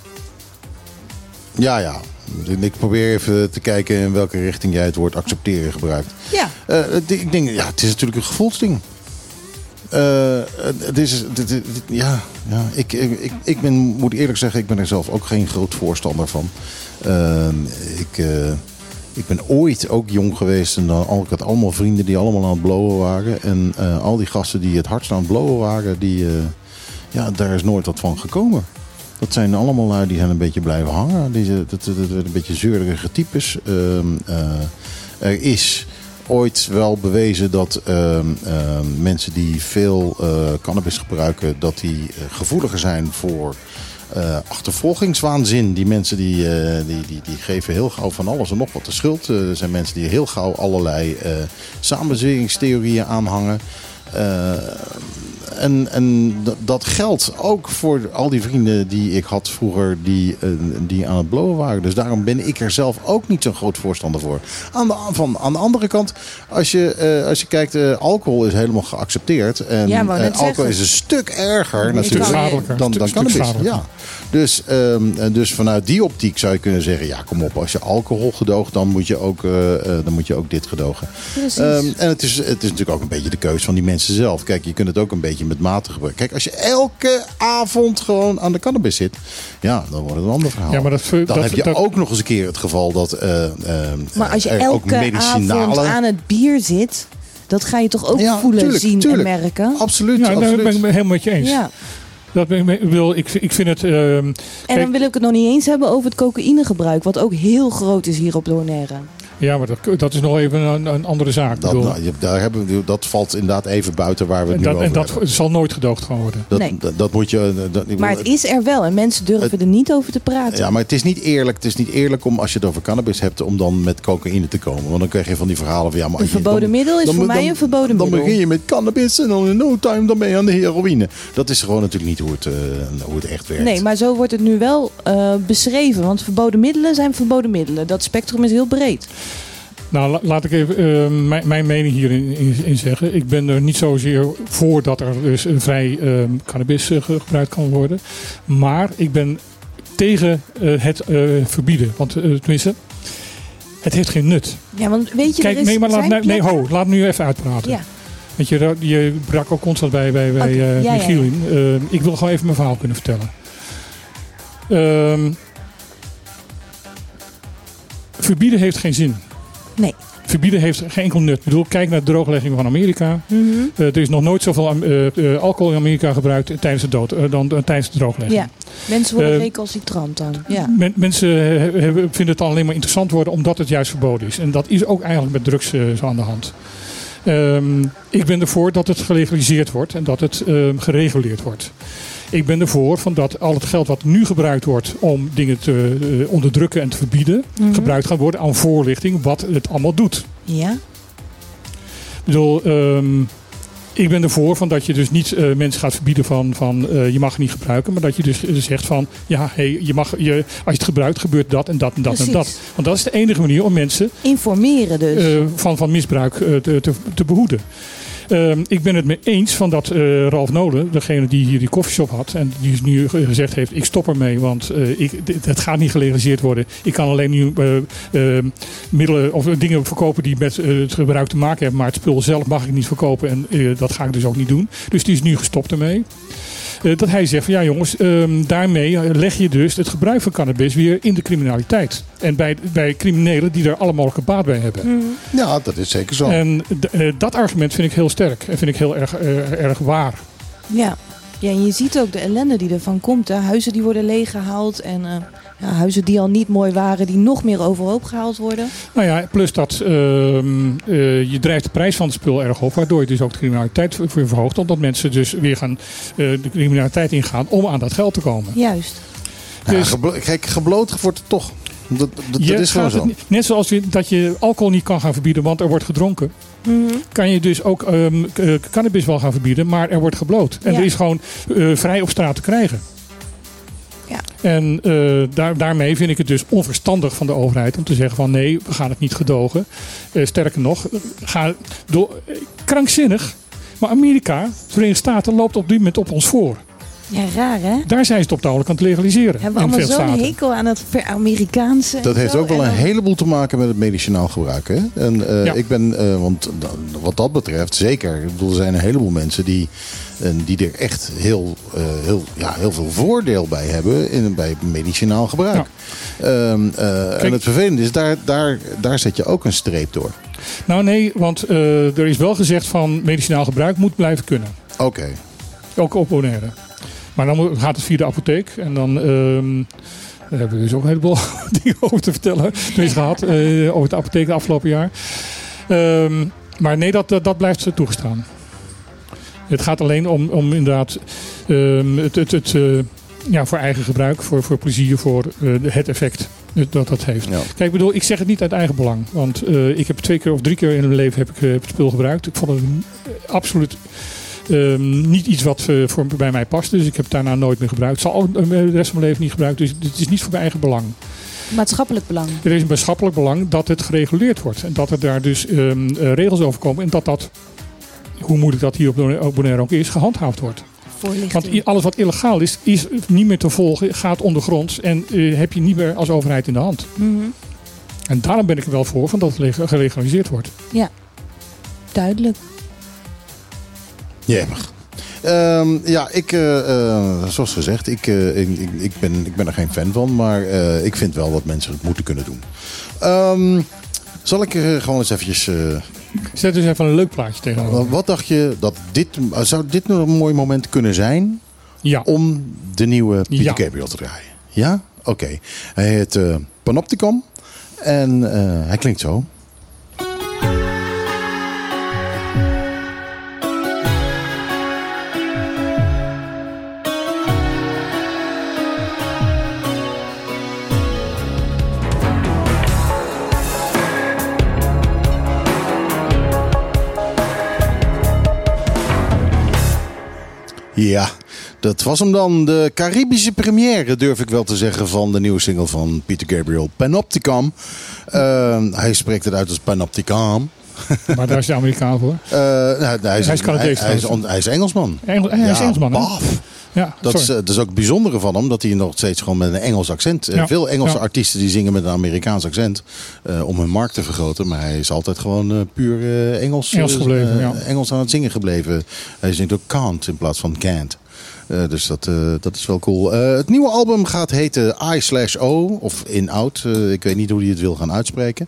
Ja. Ik probeer even te kijken in welke richting jij het woord accepteren gebruikt. Ja. Ik denk, het is natuurlijk een gevoelsding. Moet eerlijk zeggen, ik ben er zelf ook geen groot voorstander van. Ik ben ooit ook jong geweest en ik had allemaal vrienden die allemaal aan het blowen waren. En al die gasten die het hardst aan het blowen waren, daar is nooit wat van gekomen. Dat zijn allemaal lui die zijn een beetje blijven hangen. Dat een beetje zeurige types. Er is ooit wel bewezen dat mensen die veel cannabis gebruiken, dat die gevoeliger zijn voor achtervolgingswaanzin. Die mensen die geven heel gauw van alles en nog wat de schuld. Er zijn mensen die heel gauw allerlei samenzweringstheorieën aanhangen. En dat geldt ook voor al die vrienden die ik had vroeger die aan het blowen waren. Dus daarom ben ik er zelf ook niet zo'n groot voorstander voor. Aan de andere kant, als je kijkt, alcohol is helemaal geaccepteerd. En alcohol is een stuk erger natuurlijk dan cannabis. Ja. Dus vanuit die optiek zou je kunnen zeggen, ja kom op, als je alcohol gedoogt, dan moet je ook dit gedogen. En het is natuurlijk ook een beetje de keus van die mensen zelf. Kijk, je kunt het ook een beetje beetje met mate gebruikt. Kijk, als je elke avond gewoon aan de cannabis zit, ja, dan wordt het een ander verhaal. Ja, maar dan heb je ook nog eens een keer het geval dat Maar als je er ook elke medicinale... avond aan het bier zit, dat ga je toch ook voelen, zien en merken? Absoluut. Ja, daar absoluut. ben ik het helemaal met je eens. Ja. Ik vind het... En dan wil ik het nog niet eens hebben over het cocaïnegebruik, wat ook heel groot is hier op Bonaire. Ja, maar dat is nog even een andere zaak. Dat valt inderdaad even buiten waar we het nu over hebben. En dat zal nooit gedoogd gaan worden. Dat moet je... Maar het is er wel en mensen durven er niet over te praten. Ja, maar het is niet eerlijk. Het is niet eerlijk om, als je het over cannabis hebt, om dan met cocaïne te komen. Want dan krijg je van die verhalen van... Ja, maar een verboden middel is voor mij een verboden middel. Dan begin je met cannabis en dan in no time dan ben je aan de heroïne. Dat is gewoon natuurlijk niet hoe het echt werkt. Nee, maar zo wordt het nu wel beschreven. Want verboden middelen zijn verboden middelen. Dat spectrum is heel breed. Nou, laat ik even mijn mening hierin zeggen. Ik ben er niet zozeer voor dat er dus vrij cannabis gebruikt kan worden. Maar ik ben tegen het verbieden. Want tenminste, het heeft geen nut. Ja, want weet je... Kijk, laat me nu even uitpraten. Ja. Want je brak ook constant bij Michiel in. Ik wil gewoon even mijn verhaal kunnen vertellen. Verbieden heeft geen zin. Nee. Verbieden heeft geen enkel nut. Ik bedoel, kijk naar de drooglegging van Amerika. Mm-hmm. Er is nog nooit zoveel alcohol in Amerika gebruikt tijdens dan tijdens de drooglegging. Ja, mensen worden recalcitrant dan. Ja. Mensen vinden het dan alleen maar interessant worden omdat het juist verboden is. En dat is ook eigenlijk met drugs zo aan de hand. Ik ben ervoor dat het gelegaliseerd wordt en dat het gereguleerd wordt. Ik ben ervoor van dat al het geld wat nu gebruikt wordt om dingen te onderdrukken en te verbieden, gebruikt gaat worden aan voorlichting wat het allemaal doet. Ja. Ik bedoel, ik ben ervoor van dat je dus niet mensen gaat verbieden van je mag het niet gebruiken, maar dat je dus zegt van ja, als je het gebruikt gebeurt dat en dat en dat. Precies. En dat. Want dat is de enige manier om mensen informeren dus. Van misbruik te behoeden. Ik ben het mee eens van dat Ralph Nolen, degene die hier die koffieshop had en die nu gezegd heeft, ik stop ermee, want het gaat niet gelegaliseerd worden. Ik kan alleen nu middelen of dingen verkopen die met het gebruik te maken hebben, maar het spul zelf mag ik niet verkopen en dat ga ik dus ook niet doen. Dus die is nu gestopt ermee. Dat hij zegt van ja jongens, daarmee leg je dus het gebruik van cannabis weer in de criminaliteit. En bij criminelen die er alle mogelijke baat bij hebben. Mm. Ja, dat is zeker zo. En dat argument vind ik heel sterk en vind ik heel erg waar. Ja. Ja, en je ziet ook de ellende die ervan komt. Hè. Huizen die worden leeggehaald en huizen die al niet mooi waren, die nog meer overhoop gehaald worden. Nou ja, plus dat je drijft de prijs van het spul erg op, waardoor je dus ook de criminaliteit weer verhoogt, omdat mensen dus weer gaan de criminaliteit ingaan om aan dat geld te komen. Juist. Dus, kijk, gebloot wordt het toch. Dat is gewoon zo. Net zoals dat je alcohol niet kan gaan verbieden, want er wordt gedronken. Mm-hmm. Kan je dus ook cannabis wel gaan verbieden, maar er wordt gebloot. En er is gewoon vrij op straat te krijgen. Ja. En daarmee vind ik het dus onverstandig van de overheid om te zeggen van nee, we gaan het niet gedogen. Sterker nog, krankzinnig. Maar Amerika, de Verenigde Staten, loopt op dit moment op ons voor. Ja, raar hè? Daar zijn ze het op dodelijk aan het legaliseren. Hebben we allemaal zo'n hekel aan het Amerikaanse. Dat heeft ook wel een heleboel te maken met het medicinaal gebruik. Hè? En ik ben, want wat dat betreft, zeker. Ik bedoel, er zijn een heleboel mensen die er echt heel veel voordeel bij hebben bij medicinaal gebruik. Ja. En het vervelende is, daar zet je ook een streep door. Nou nee, want er is wel gezegd van medicinaal gebruik moet blijven kunnen. Oké. Ook op Bonaire. Maar dan gaat het via de apotheek. En dan daar hebben we dus ook een heleboel dingen over te vertellen. Tenminste gehad over de apotheek het afgelopen jaar. Maar nee, dat blijft toegestaan. Het gaat alleen om inderdaad voor eigen gebruik, voor plezier, voor het effect dat heeft. Ja. Kijk, ik bedoel, ik zeg het niet uit eigen belang. Want ik heb 2 keer of 3 keer in mijn leven heb ik het spul gebruikt. Ik vond het absoluut niet iets wat bij mij past. Dus ik heb het daarna nooit meer gebruikt. Ik zal ook de rest van mijn leven niet gebruiken. Dus het is niet voor mijn eigen belang. Maatschappelijk belang. Er is een maatschappelijk belang dat het gereguleerd wordt. En dat er daar dus regels over komen. En dat, hoe moeilijk dat hier op Bonaire ook is, gehandhaafd wordt. Want alles wat illegaal is niet meer te volgen. Gaat ondergronds. En heb je niet meer als overheid in de hand. Mm-hmm. En daarom ben ik er wel voor van dat het gelegaliseerd wordt. Ja, duidelijk. Jemig. Zoals gezegd, ik ben er geen fan van. Maar ik vind wel dat mensen het moeten kunnen doen. Zal ik gewoon eens eventjes... Zet dus even een leuk plaatje tegenover. Wat dacht je dat zou dit nog een mooi moment kunnen zijn... Ja. om de nieuwe Peter Gabriel te draaien? Ja? Oké. Hij heet Panopticon. En hij klinkt zo. Ja, dat was hem dan. De Caribische première, durf ik wel te zeggen, van de nieuwe single van Peter Gabriel, Panopticon. Hij spreekt het uit als Panopticon. Maar daar is de Amerikaan voor. Hij is Canadees. Hij is Engelsman. Hij is Engelsman, hè? Baf. Ja, dat is ook het bijzondere van hem, dat hij nog steeds gewoon met een Engels accent... Veel Engelse artiesten die zingen met een Amerikaans accent om hun markt te vergroten. Maar hij is altijd gewoon puur Engels gebleven, Engels aan het zingen gebleven. Hij zingt ook can't in plaats van can't. Dus dat is wel cool. Het nieuwe album gaat heten I/O of In Out. Ik weet niet hoe hij het wil gaan uitspreken.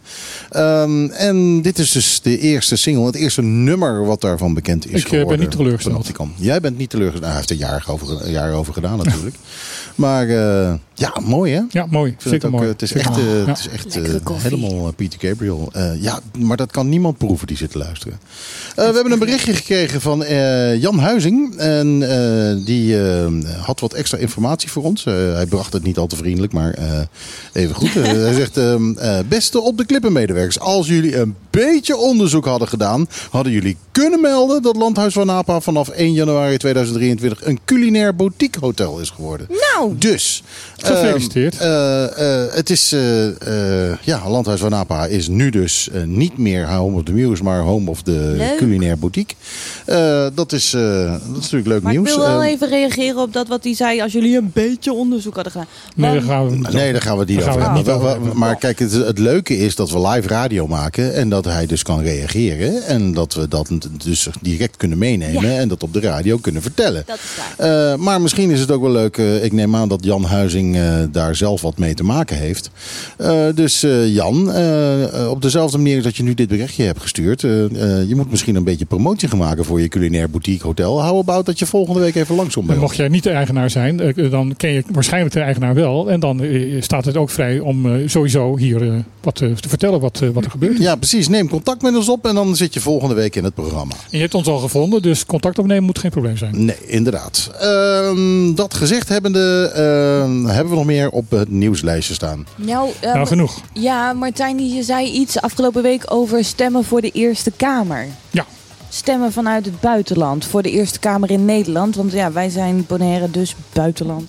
En dit is dus de eerste single, het eerste nummer wat daarvan bekend is geworden. Ik ben niet teleurgesteld. Jij bent niet teleurgesteld. Hij heeft er een jaar over gedaan natuurlijk. Maar mooi hè? Ja, mooi. Zeker mooi. Het is echt helemaal Peter Gabriel. Maar dat kan niemand proeven die zit te luisteren. We hebben een berichtje gekregen van Jan Huizing. En die had wat extra informatie voor ons. Hij bracht het niet al te vriendelijk, maar even goed. Hij zegt, beste Op de Klippen medewerkers. Als jullie een beetje onderzoek hadden gedaan, hadden jullie kunnen melden dat Landhuis van Napa vanaf 1 januari 2023 een culinair boutique hotel is geworden. Nou! Dus... Gefeliciteerd. Het is... Landhuis van Napa is nu dus niet meer Home of the Muse, maar Home of the Culinair Boutique. Dat is natuurlijk leuk nieuws. Maar ik wil wel even reageren op dat wat hij zei, als jullie een beetje onderzoek hadden gedaan. Nee, daar gaan we het niet over. Maar kijk, het leuke is dat we live radio maken en dat hij dus kan reageren. En dat we dat dus direct kunnen meenemen en dat op de radio kunnen vertellen. Dat is waar. Maar misschien is het ook wel leuk, ik neem aan dat Jan Huizing daar zelf wat mee te maken heeft. Dus Jan, op dezelfde manier dat je nu dit berichtje hebt gestuurd, je moet misschien een beetje promotie gaan maken voor je culinair boutique hotel. Hou about dat je volgende week even langskomt. En mocht jij niet de eigenaar zijn, dan ken je waarschijnlijk de eigenaar wel. En dan staat het ook vrij om sowieso hier wat te vertellen wat er gebeurt. Ja, precies. Neem contact met ons op en dan zit je volgende week in het programma. En je hebt ons al gevonden, dus contact opnemen moet geen probleem zijn. Nee, inderdaad. Dat gezegd hebbende, hebben we nog meer op het nieuwslijstje staan? Nou, genoeg. Ja, Martijn, je zei iets afgelopen week over stemmen voor de Eerste Kamer. Ja. Stemmen vanuit het buitenland voor de Eerste Kamer in Nederland. Want wij zijn Bonaire, dus buitenland.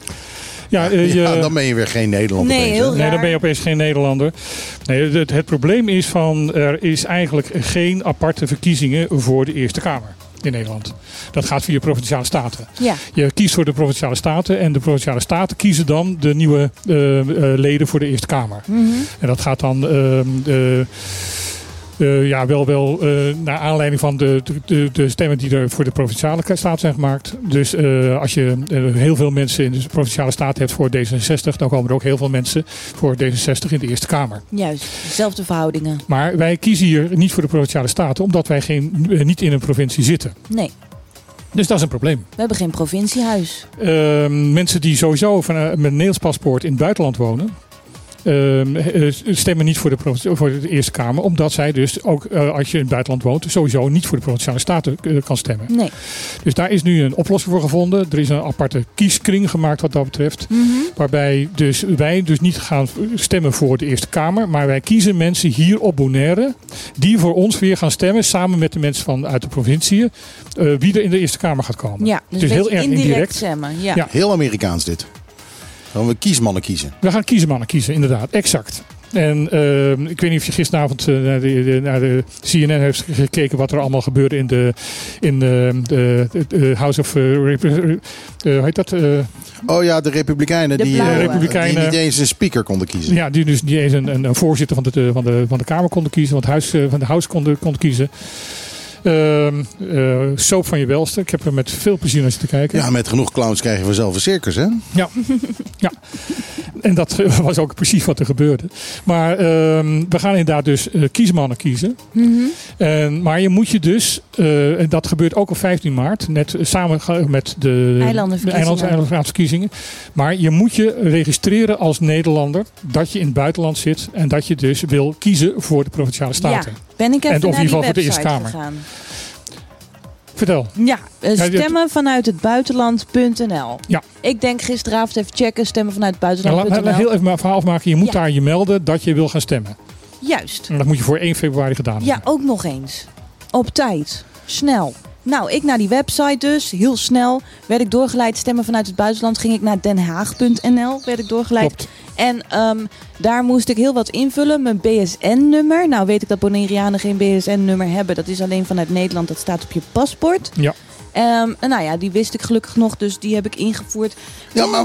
Dan ben je weer geen Nederlander. Nee, dan ben je opeens geen Nederlander. Nee, het probleem is er is eigenlijk geen aparte verkiezingen voor de Eerste Kamer in Nederland. Dat gaat via Provinciale Staten. Ja. Je kiest voor de Provinciale Staten en de Provinciale Staten kiezen dan de nieuwe leden voor de Eerste Kamer. Mm-hmm. En dat gaat dan naar aanleiding van de stemmen die er voor de Provinciale Staten zijn gemaakt. Dus als je heel veel mensen in de Provinciale Staten hebt voor D66, dan komen er ook heel veel mensen voor D66 in de Eerste Kamer. Juist, dezelfde verhoudingen. Maar wij kiezen hier niet voor de Provinciale Staten, omdat wij niet in een provincie zitten. Nee. Dus dat is een probleem. We hebben geen provinciehuis. Mensen die sowieso met een Nederlands paspoort in het buitenland wonen, stemmen niet voor de Eerste Kamer. Omdat zij dus ook, als je in het buitenland woont, sowieso niet voor de Provinciale Staten kan stemmen. Nee. Dus daar is nu een oplossing voor gevonden. Er is een aparte kieskring gemaakt wat dat betreft. Mm-hmm. Waarbij wij niet gaan stemmen voor de Eerste Kamer. Maar wij kiezen mensen hier op Bonaire die voor ons weer gaan stemmen. Samen met de mensen uit de provincie. Wie er in de Eerste Kamer gaat komen. Ja, dus heel erg indirect stemmen. Ja. Heel Amerikaans dit. Gaan we kiesmannen kiezen? We gaan kiesmannen kiezen, inderdaad. Exact. En ik weet niet of je gisteravond naar de CNN heeft gekeken wat er allemaal gebeurde in de House of... hoe heet dat? De Republikeinen die niet eens een speaker konden kiezen. Ja, die dus niet eens een voorzitter van de Kamer konden kiezen, van het House konden kiezen. Soap van je welste. Ik heb er met veel plezier naar zitten kijken. Ja, met genoeg clowns krijgen we zelf een circus, hè? Ja. En dat was ook precies wat er gebeurde. Maar we gaan inderdaad dus kiesmannen kiezen. Mhm. Maar je moet je dus, en dat gebeurt ook op 15 maart, net samen met de eilandsverkiezingen. Maar je moet je registreren als Nederlander dat je in het buitenland zit en dat je dus wil kiezen voor de Provinciale Staten. Ja, ben ik even En of in naar ieder geval die voor de Eerste website Kamer. gegaan. Vertel. Ja, stemmen vanuit het buitenland.nl. Ja. Ik denk gisteravond even checken, stemmen vanuit het Nou, buitenland.nl. laat heel even mijn verhaal afmaken. Je moet Ja. daar je melden dat je wil gaan stemmen. Juist. En dat moet je voor 1 februari gedaan Ja, hebben. ook nog eens. Op tijd. Snel. Nou, ik naar die website dus. Heel snel werd ik doorgeleid. Stemmen vanuit het buitenland. Ging ik naar denhaag.nl. Werd ik doorgeleid. Klopt. En daar moest ik heel wat invullen. Mijn BSN-nummer. Nou weet ik dat Bonaireanen geen BSN-nummer hebben. Dat is alleen vanuit Nederland. Dat staat op je paspoort. Ja. En nou ja, die wist ik gelukkig nog. Dus die heb ik ingevoerd. Ja, maar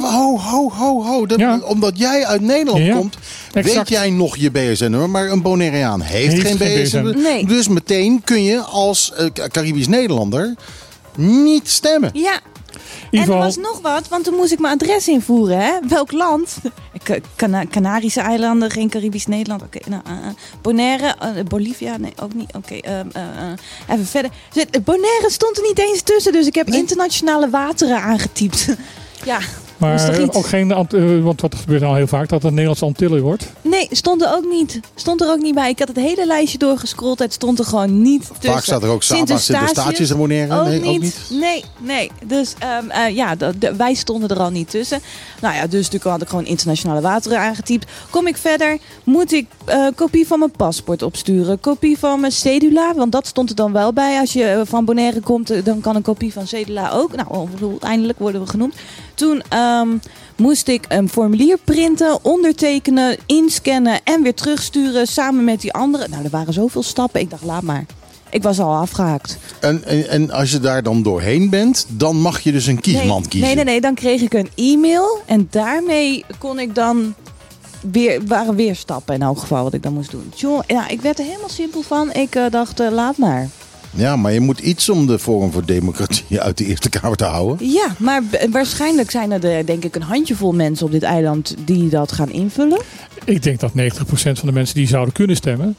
ho. Ja. Omdat jij uit Nederland Ja, komt, exact. weet jij nog je BSN-nummer. Maar een Bonaireaan heeft geen BSN-nummer. Nee. Dus meteen kun je als Caribisch Nederlander niet stemmen. Ja. In En ieder er geval, was nog wat, want toen moest ik mijn adres invoeren. Hè? Welk land? Canarische eilanden, geen Caribisch Nederland. Oké, Bonaire, Bolivia, nee, ook niet. Oké, even verder. Bonaire stond er niet eens tussen, dus ik heb internationale wateren aangetypt. Ja, dat is toch maar iets? ook geen, want wat gebeurt al heel vaak, dat het Nederlandse Antillen wordt. Nee, stond er ook niet. Stond er ook niet bij. Ik had het hele lijstje doorgescrolld. Het stond er gewoon niet tussen. Vaak staat er ook Sint-Eustatius en Bonaire. Ook Nee, niet. ook niet. Nee. Dus wij stonden er al niet tussen. Nou ja, dus natuurlijk had ik gewoon internationale wateren aangetypt. Kom ik verder, moet ik kopie van mijn paspoort opsturen. Kopie van mijn cedula, want dat stond er dan wel bij. Als je van Bonaire komt, dan kan een kopie van cedula ook. Nou, uiteindelijk worden we genoemd. Toen moest ik een formulier printen, ondertekenen, inscannen en weer terugsturen samen met die anderen. Nou, er waren zoveel stappen. Ik dacht, laat maar. Ik was al afgehaakt. En als je daar dan doorheen bent, dan mag je dus een kiesman kiezen. Nee. Dan kreeg ik een e-mail en daarmee kon ik dan waren weer stappen in elk geval wat ik dan moest doen. Tjoh, ja, ik werd er helemaal simpel van. Ik dacht, laat maar. Ja, maar je moet iets om de Forum voor Democratie uit de Eerste Kamer te houden. Ja, maar waarschijnlijk zijn er denk ik een handjevol mensen op dit eiland die dat gaan invullen. Ik denk dat 90% van de mensen die zouden kunnen stemmen,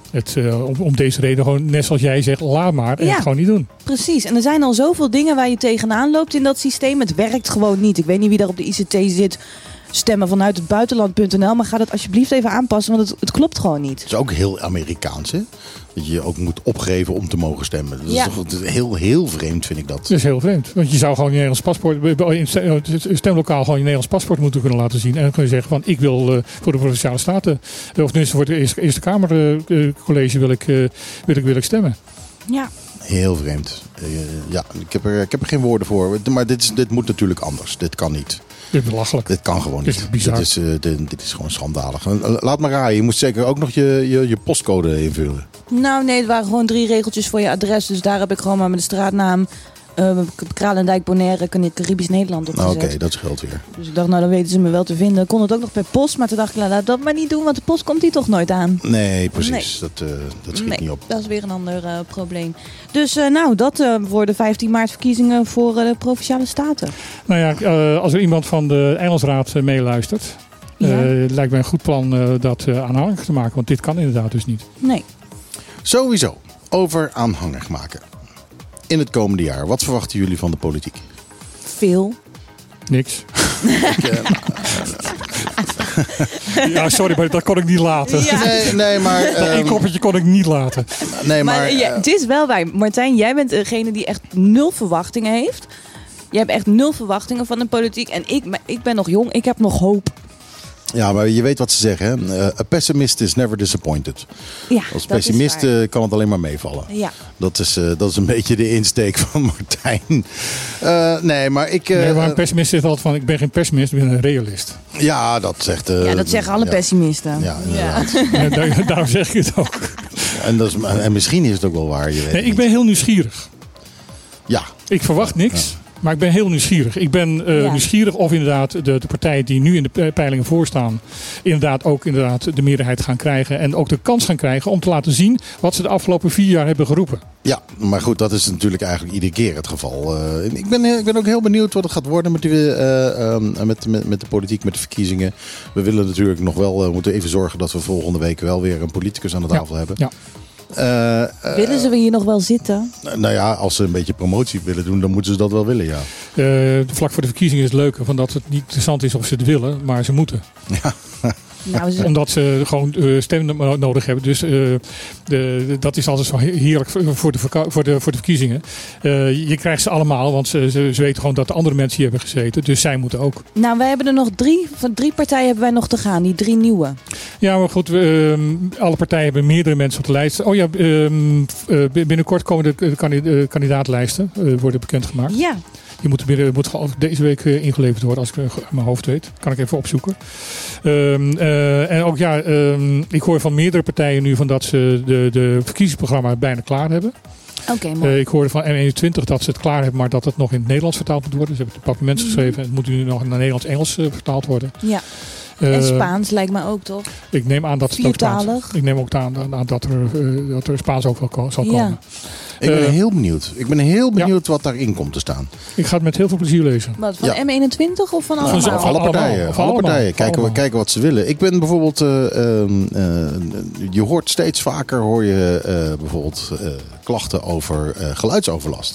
om deze reden gewoon, net zoals jij zegt, laat maar en Ja. het gewoon niet doen. Precies, en er zijn al zoveel dingen waar je tegenaan loopt in dat systeem. Het werkt gewoon niet. Ik weet niet wie daar op de ICT zit. Stemmen vanuit het buitenland.nl, maar ga dat alsjeblieft even aanpassen, want het klopt gewoon niet. Het is ook heel Amerikaans, hè? Dat je je ook moet opgeven om te mogen stemmen. Dat is Ja. toch heel, heel vreemd, vind ik dat. Dat is heel vreemd. Want je zou gewoon je Nederlands paspoort, in het stemlokaal gewoon je Nederlands paspoort moeten kunnen laten zien. En dan kun je zeggen van, ik wil voor de Provinciale Staten, of tenminste voor het Eerste Kamercollege wil ik stemmen. Ja. Heel vreemd. Ja, ik heb er geen woorden voor. Maar dit moet natuurlijk anders. Dit kan niet. Dit is belachelijk. Dit kan gewoon Dit niet. is bizar. Dit is gewoon schandalig. Laat maar raaien. Je moet zeker ook nog je postcode invullen. Nou nee, het waren gewoon 3 regeltjes voor je adres. Dus daar heb ik gewoon maar met de straatnaam Kralendijk, Bonaire, Caribisch Nederland op gezet. Oké, dat scheelt weer. Dus ik dacht, nou dan weten ze me wel te vinden. Ik kon het ook nog per post, maar toen dacht ik, laat dat maar niet doen, want de post komt hier toch nooit aan. Nee, precies. Dat schiet niet op. Dat is weer een ander probleem. Dus dat voor de 15 maart verkiezingen voor de Provinciale Staten. Nou ja, als er iemand van de Eilandsraad meeluistert, lijkt mij een goed plan dat aanhangig te maken. Want dit kan inderdaad dus niet. Nee. Sowieso, over aanhangig maken. In het komende jaar, wat verwachten jullie van de politiek? Veel. Niks. Ja, sorry, maar dat kon ik niet laten. Ja. Nee, maar... Dat één koppertje kon ik niet laten. Nee, Maar maar... het is wel waar. Martijn, jij bent degene die echt 0 verwachtingen heeft. Jij hebt echt 0 verwachtingen van de politiek. En ik ben nog jong, ik heb nog hoop. Ja, maar je weet wat ze zeggen, hè? A pessimist is never disappointed. Ja, Als dat is pessimist waar. kan het alleen maar meevallen. Ja. Dat is een beetje de insteek van Martijn. Nee, maar ik... Nee, maar een pessimist zegt altijd van, ik ben geen pessimist, ik ben een realist. Ja, dat zegt... Ja, dat zeggen alle pessimisten. Ja, inderdaad. Ja, daarom zeg ik het ook. En misschien is het ook wel waar. Je weet Nee, het ik ben heel nieuwsgierig. Ja. Ik verwacht niks. Maar ik ben heel nieuwsgierig. Ik ben nieuwsgierig of inderdaad de partijen die nu in de peilingen voorstaan, inderdaad de meerderheid gaan krijgen. En ook de kans gaan krijgen om te laten zien wat ze de afgelopen 4 jaar hebben geroepen. Ja, maar goed, dat is natuurlijk eigenlijk iedere keer het geval. Ik ben ook heel benieuwd wat het gaat worden met de politiek, met de verkiezingen. We willen natuurlijk nog wel, moeten even zorgen dat we volgende week wel weer een politicus aan de tafel hebben. Ja. Willen ze hier nog wel zitten? Nou ja, als ze een beetje promotie willen doen, dan moeten ze dat wel willen, ja. Vlak voor de verkiezingen is het leuke, van dat het niet interessant is of ze het willen, maar ze moeten. Ja. Nou, omdat ze gewoon stemmen nodig hebben. Dus dat is altijd zo heerlijk voor de verkiezingen. Je krijgt ze allemaal, want ze weten gewoon dat de andere mensen hier hebben gezeten. Dus zij moeten ook. Nou, wij hebben er nog 3. Van 3 partijen hebben wij nog te gaan. Die 3 nieuwe. Ja, maar goed. Alle partijen hebben meerdere mensen op de lijst. Oh ja, binnenkort komen de kandidaatlijsten worden bekendgemaakt. Ja. Die moet deze week ingeleverd worden, als ik mijn hoofd weet. Kan ik even opzoeken. En ook ik hoor van meerdere partijen nu van dat ze de verkiezingsprogramma bijna klaar hebben. Oké, mooi. Ik hoorde van M21 dat ze het klaar hebben, maar dat het nog in het Nederlands vertaald moet worden. Ze hebben het departement geschreven en het moet nu nog naar Nederlands-Engels vertaald worden. Ja. En Spaans lijkt me ook, toch? Ik neem aan dat het ook Spaans. Ik neem ook aan dat er Spaans ook wel zal komen. Ja. Ik ben heel benieuwd. Ik ben heel benieuwd wat daarin komt te staan. Ik ga het met heel veel plezier lezen. Wat, van M21 of van allemaal? Van alle partijen. Alle partijen. Kijken wat ze willen. Ik ben bijvoorbeeld... je hoort steeds vaker bijvoorbeeld klachten over geluidsoverlast.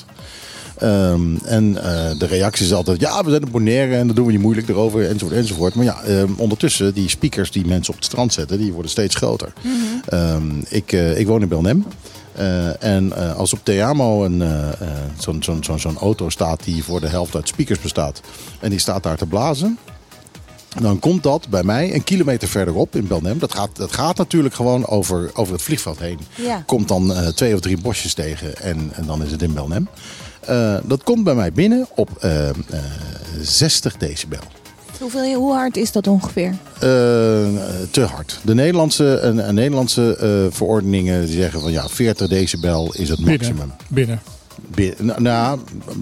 De reactie is altijd, ja, we zijn op Bonaire en dan doen we niet moeilijk erover, enzovoort. Maar ja, ondertussen, die speakers die mensen op het strand zetten, die worden steeds groter. Mm-hmm. Ik woon in Belnem. Als op Te Amo zo'n auto staat die voor de helft uit speakers bestaat en die staat daar te blazen, dan komt dat bij mij een kilometer verderop in Belnem. Dat gaat natuurlijk gewoon over het vliegveld heen. Ja. Komt dan 2 of 3 bosjes tegen en dan is het in Belnem. Dat komt bij mij binnen op 60 decibel. Hoe hard is dat ongeveer? Te hard. De Nederlandse verordeningen die zeggen van 40 decibel is het maximum. Binnen. Nou,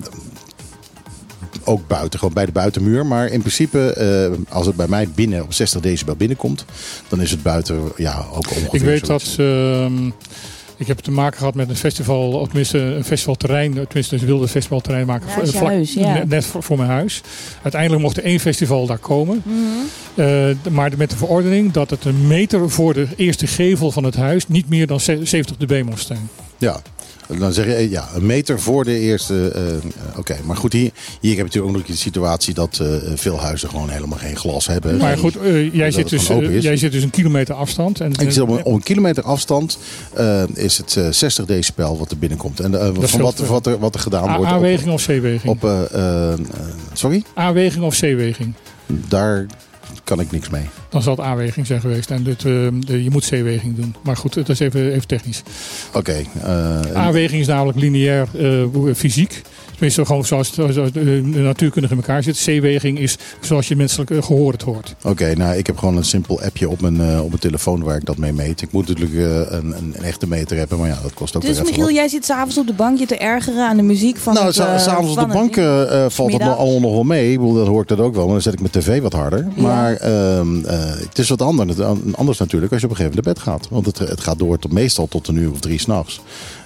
ook buiten, gewoon bij de buitenmuur. Maar in principe, als het bij mij binnen op 60 decibel binnenkomt, dan is het buiten ook ongeveer. Ik weet dat... Ik heb te maken gehad met een festival, of tenminste een festivalterrein. Tenminste, ze wilden een festivalterrein maken net voor mijn huis. Uiteindelijk mocht er 1 festival daar komen. Mm-hmm. Maar met de verordening dat het een meter voor de eerste gevel van het huis niet meer dan 70 dB moest zijn. Ja. Dan zeg je, een meter voor de eerste... Oké, maar goed, hier heb je natuurlijk ook nog de situatie dat veel huizen gewoon helemaal geen glas hebben. Nee. Maar goed, jij zit dus een kilometer afstand. Ik zit op een kilometer afstand is het 60 decibel wat er binnenkomt. En van wat er gedaan wordt... A-weging of C-weging? Sorry? A-weging of C-weging? Daar kan ik niks mee. Dan zal het A-weging zijn geweest. En je moet C-weging doen. Maar goed, dat is even technisch. Oké. A-weging is namelijk lineair fysiek. Tenminste, gewoon zoals de natuurkundige in elkaar zit. C-weging is zoals je menselijk gehoor het hoort. Oké, nou ik heb gewoon een simpel appje op mijn telefoon waar ik dat mee meet. Ik moet natuurlijk een echte meter hebben, maar dat kost ook dus weer even Michiel, jij zit s'avonds op de bank je te ergeren aan de muziek van s'avonds op de bank valt het allemaal nog wel mee. Ik bedoel, dat hoor ik dat ook wel, maar dan zet ik mijn tv wat harder. Ja. Maar het is wat anders natuurlijk als je op een gegeven moment naar bed gaat. Want het gaat door meestal tot 1 uur of 3 s'nachts.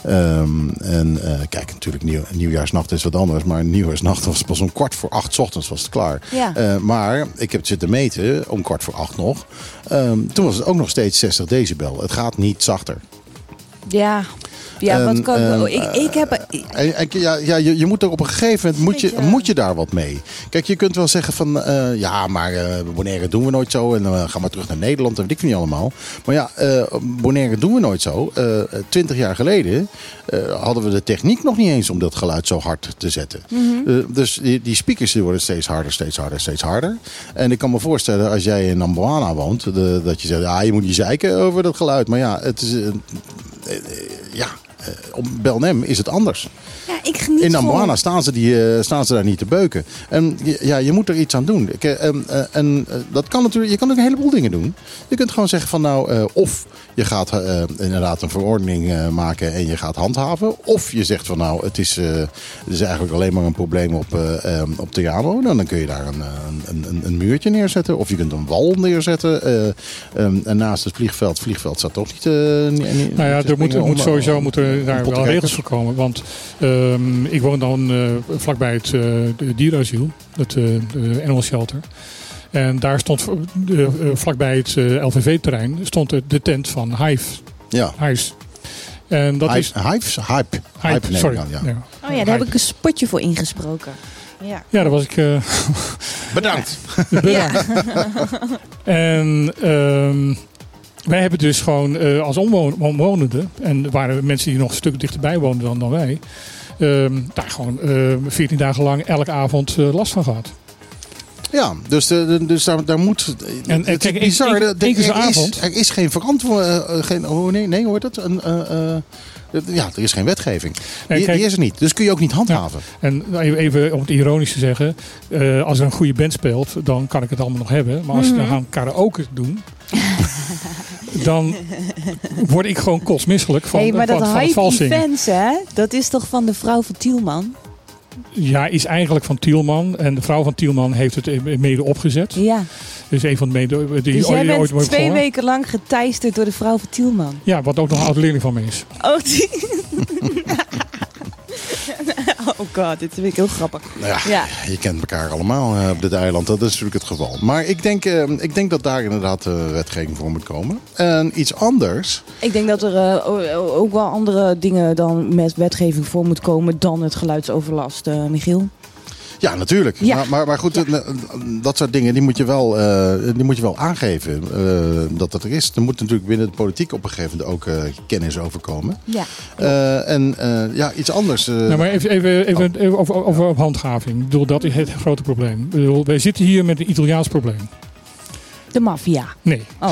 Kijk, natuurlijk nieuwjaarsnacht is wat anders, maar nieuwjaarsnacht was pas om 7:15 's ochtends was het klaar. Ja. Maar ik heb het zitten meten om 7:15 nog. Toen was het ook nog steeds 60 decibel. Het gaat niet zachter. Ja. Ja, wat kan je moet er op een gegeven moment moet je daar wat mee. Kijk, je kunt wel zeggen van Bonaire doen we nooit zo en dan gaan we terug naar Nederland en weet ik niet allemaal. Maar Bonaire doen we nooit zo. 20 jaar geleden hadden we de techniek nog niet eens om dat geluid zo hard te zetten. Mm-hmm. Dus die speakers die worden steeds harder. En ik kan me voorstellen als jij in Amboana woont dat je zegt je moet niet zeiken over dat geluid. Maar het is op Belnem is het anders. Ja, ik geniet In gewoon. Amboina staan ze daar niet te beuken. En je moet er iets aan doen. Dat kan natuurlijk, je kan ook een heleboel dingen doen. Je kunt gewoon zeggen van of je gaat inderdaad een verordening maken en je gaat handhaven. Of je zegt van het is eigenlijk alleen maar een probleem op Tegamo. Dan kun je daar een muurtje neerzetten. Of je kunt een wal neerzetten. En naast het vliegveld. Het vliegveld staat toch niet... Nou ja, sowieso moeten daar wel regels voor komen. Want ik woon dan vlakbij het dierenasiel. Het animal shelter. En daar stond vlakbij het LVV-terrein stond de tent van Hive. Ja. Hives. En dat is... Hype, sorry. Ja. Ja. Oh ja, daar heb ik een spotje voor ingesproken. Ja. Ja, daar was ik... Bedankt. Ja. En wij hebben dus gewoon als omwonenden, en er waren mensen die nog een stuk dichterbij woonden dan wij, daar gewoon 14 dagen lang elke avond last van gehad. Ja, dus daar moet... En het kijk, is bizar. er is geen verantwoording... Nee, hoe heet dat? Er is geen wetgeving. Die is er niet. Dus kun je ook niet handhaven. Ja. En even om het ironisch te zeggen. Als er een goede band speelt, dan kan ik het allemaal nog hebben. Maar als ze dan gaan karaoke doen... dan word ik gewoon kotsmisselijk van, maar dat van het hype valzingen. events, hè? Dat is toch van de vrouw van Tielman? Ja, is eigenlijk van Tielman. En de vrouw van Tielman heeft het mede opgezet. Ja. Dus een van de mede... Die Dus jij ooit bent 2 weken lang geteisterd door de vrouw van Tielman? Ja, wat ook nog een oude leerling van me is. Oh, die... Oh god, dit vind ik heel grappig. Nou ja, je kent elkaar allemaal op dit eiland. Dat is natuurlijk het geval. Maar ik denk dat daar inderdaad wetgeving voor moet komen. En iets anders... Ik denk dat er ook wel andere dingen dan met wetgeving voor moet komen dan het geluidsoverlast, Michiel. Ja, natuurlijk. Ja. Maar goed, dat soort dingen die moet je wel aangeven dat dat er is. Er moet natuurlijk binnen de politiek op een gegeven moment ook kennis over komen. Ja. Iets anders. Maar even over handhaving. Ik bedoel, dat is het grote probleem. Ik bedoel, wij zitten hier met een Italiaans probleem. De maffia. Nee. Oh.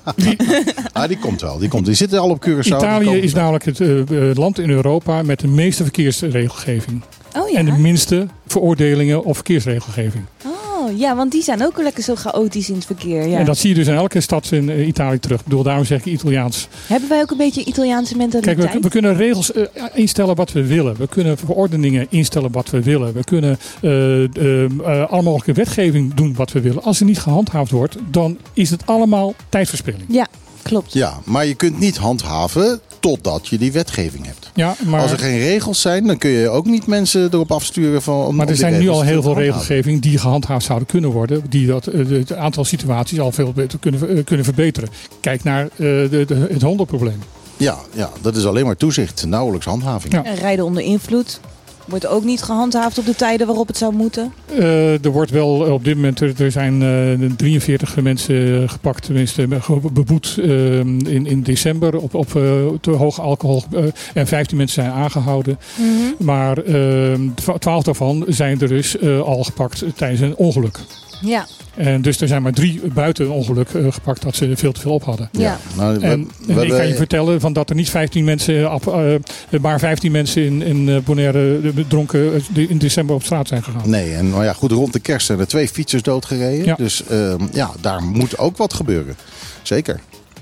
Die komt wel. Die zitten al op Curaçao. Italië is namelijk het land in Europa met de meeste verkeersregelgeving. Oh ja. En de minste veroordelingen op verkeersregelgeving. Oh ja, want die zijn ook lekker zo chaotisch in het verkeer. Ja. En dat zie je dus in elke stad in Italië terug. Ik bedoel, daarom zeg ik Italiaans. Hebben wij ook een beetje Italiaanse mentaliteit? Kijk, we kunnen regels instellen wat we willen. We kunnen verordeningen instellen wat we willen. We kunnen allemaal mogelijke wetgeving doen wat we willen. Als er niet gehandhaafd wordt, dan is het allemaal tijdverspilling. Ja, klopt. Ja, maar je kunt niet handhaven totdat je die wetgeving hebt. Ja, maar als er geen regels zijn, dan kun je ook niet mensen erop afsturen van... Maar er zijn nu al heel veel regelgeving die gehandhaafd zouden kunnen worden. Die het aantal situaties al veel beter kunnen verbeteren. Kijk naar het hondenprobleem. Ja, dat is alleen maar toezicht. Nauwelijks handhaving. Ja. En rijden onder invloed wordt ook niet gehandhaafd op de tijden waarop het zou moeten? Er wordt wel op dit moment, er zijn 43 mensen gepakt, tenminste beboet in december op te hoog alcohol. En 15 mensen zijn aangehouden. Mm-hmm. Maar 12 daarvan zijn er dus al gepakt tijdens een ongeluk. Ja. En dus er zijn maar 3 buiten een ongeluk gepakt dat ze veel te veel op hadden. Ja. Nou, En ik kan je vertellen dat er niet 15 mensen, maar 15 mensen in Bonaire dronken in december op straat zijn gegaan. Nee, en nou ja, goed, rond de kerst zijn er 2 fietsers doodgereden. Ja. Dus daar moet ook wat gebeuren. Zeker.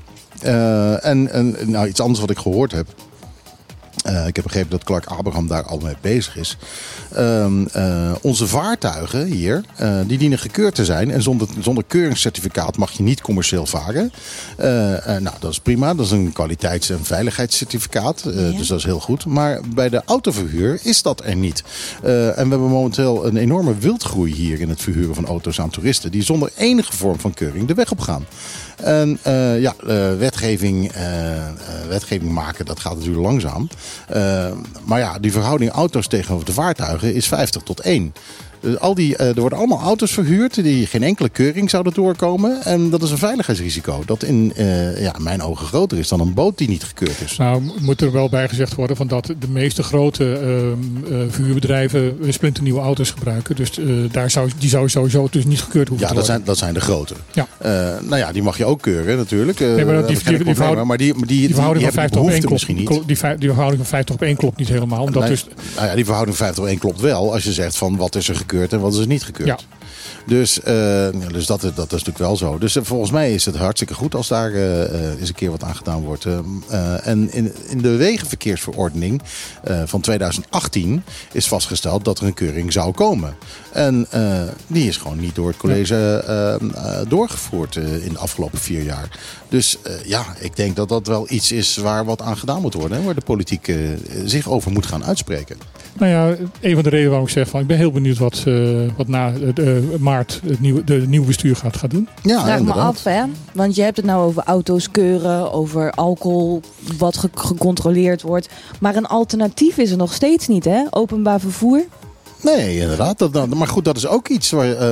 En iets anders wat ik gehoord heb. Ik heb begrepen dat Clark Abraham daar al mee bezig is. Onze vaartuigen hier, die dienen gekeurd te zijn. En zonder keuringscertificaat mag je niet commercieel varen. Dat is prima. Dat is een kwaliteits- en veiligheidscertificaat. Dus dat is heel goed. Maar bij de autoverhuur is dat er niet. En we hebben momenteel een enorme wildgroei hier in het verhuren van auto's aan toeristen. Die zonder enige vorm van keuring de weg op gaan. En wetgeving maken, dat gaat natuurlijk langzaam. Maar ja, die verhouding auto's tegenover de vaartuigen is 50-1. Dus er worden allemaal auto's verhuurd die geen enkele keuring zouden doorkomen. En dat is een veiligheidsrisico. Dat in mijn ogen groter is dan een boot die niet gekeurd is. Nou, moet er wel bij gezegd worden van dat de meeste grote verhuurbedrijven splinternieuwe auto's gebruiken. Dus die zou sowieso dus niet gekeurd hoeven te worden. Dat zijn de grote. Ja. Die mag je ook keuren natuurlijk. Nee, maar die verhouding van 50 op 1 klopt misschien niet. Die verhouding van 50 op 1 klopt niet helemaal. Omdat die verhouding van 50 op 1 klopt wel als je zegt van wat is er gekeurd en wat is er niet gekeurd. Ja. Dus dat is natuurlijk wel zo. Dus volgens mij is het hartstikke goed als daar eens een keer wat aan gedaan wordt. En in de wegenverkeersverordening van 2018 is vastgesteld dat er een keuring zou komen. En die is gewoon niet door het college doorgevoerd in de afgelopen 4 jaar. Dus ik denk dat dat wel iets is waar wat aan gedaan moet worden. Hè, waar de politiek zich over moet gaan uitspreken. Nou ja, een van de redenen waarom ik zeg van ik ben heel benieuwd wat na maart het nieuwe bestuur gaat doen. Ja, vraag me af, hè? Want je hebt het nou over auto's keuren, over alcohol wat gecontroleerd wordt. Maar een alternatief is er nog steeds niet, hè? Openbaar vervoer. Nee, inderdaad. Maar goed, dat is ook iets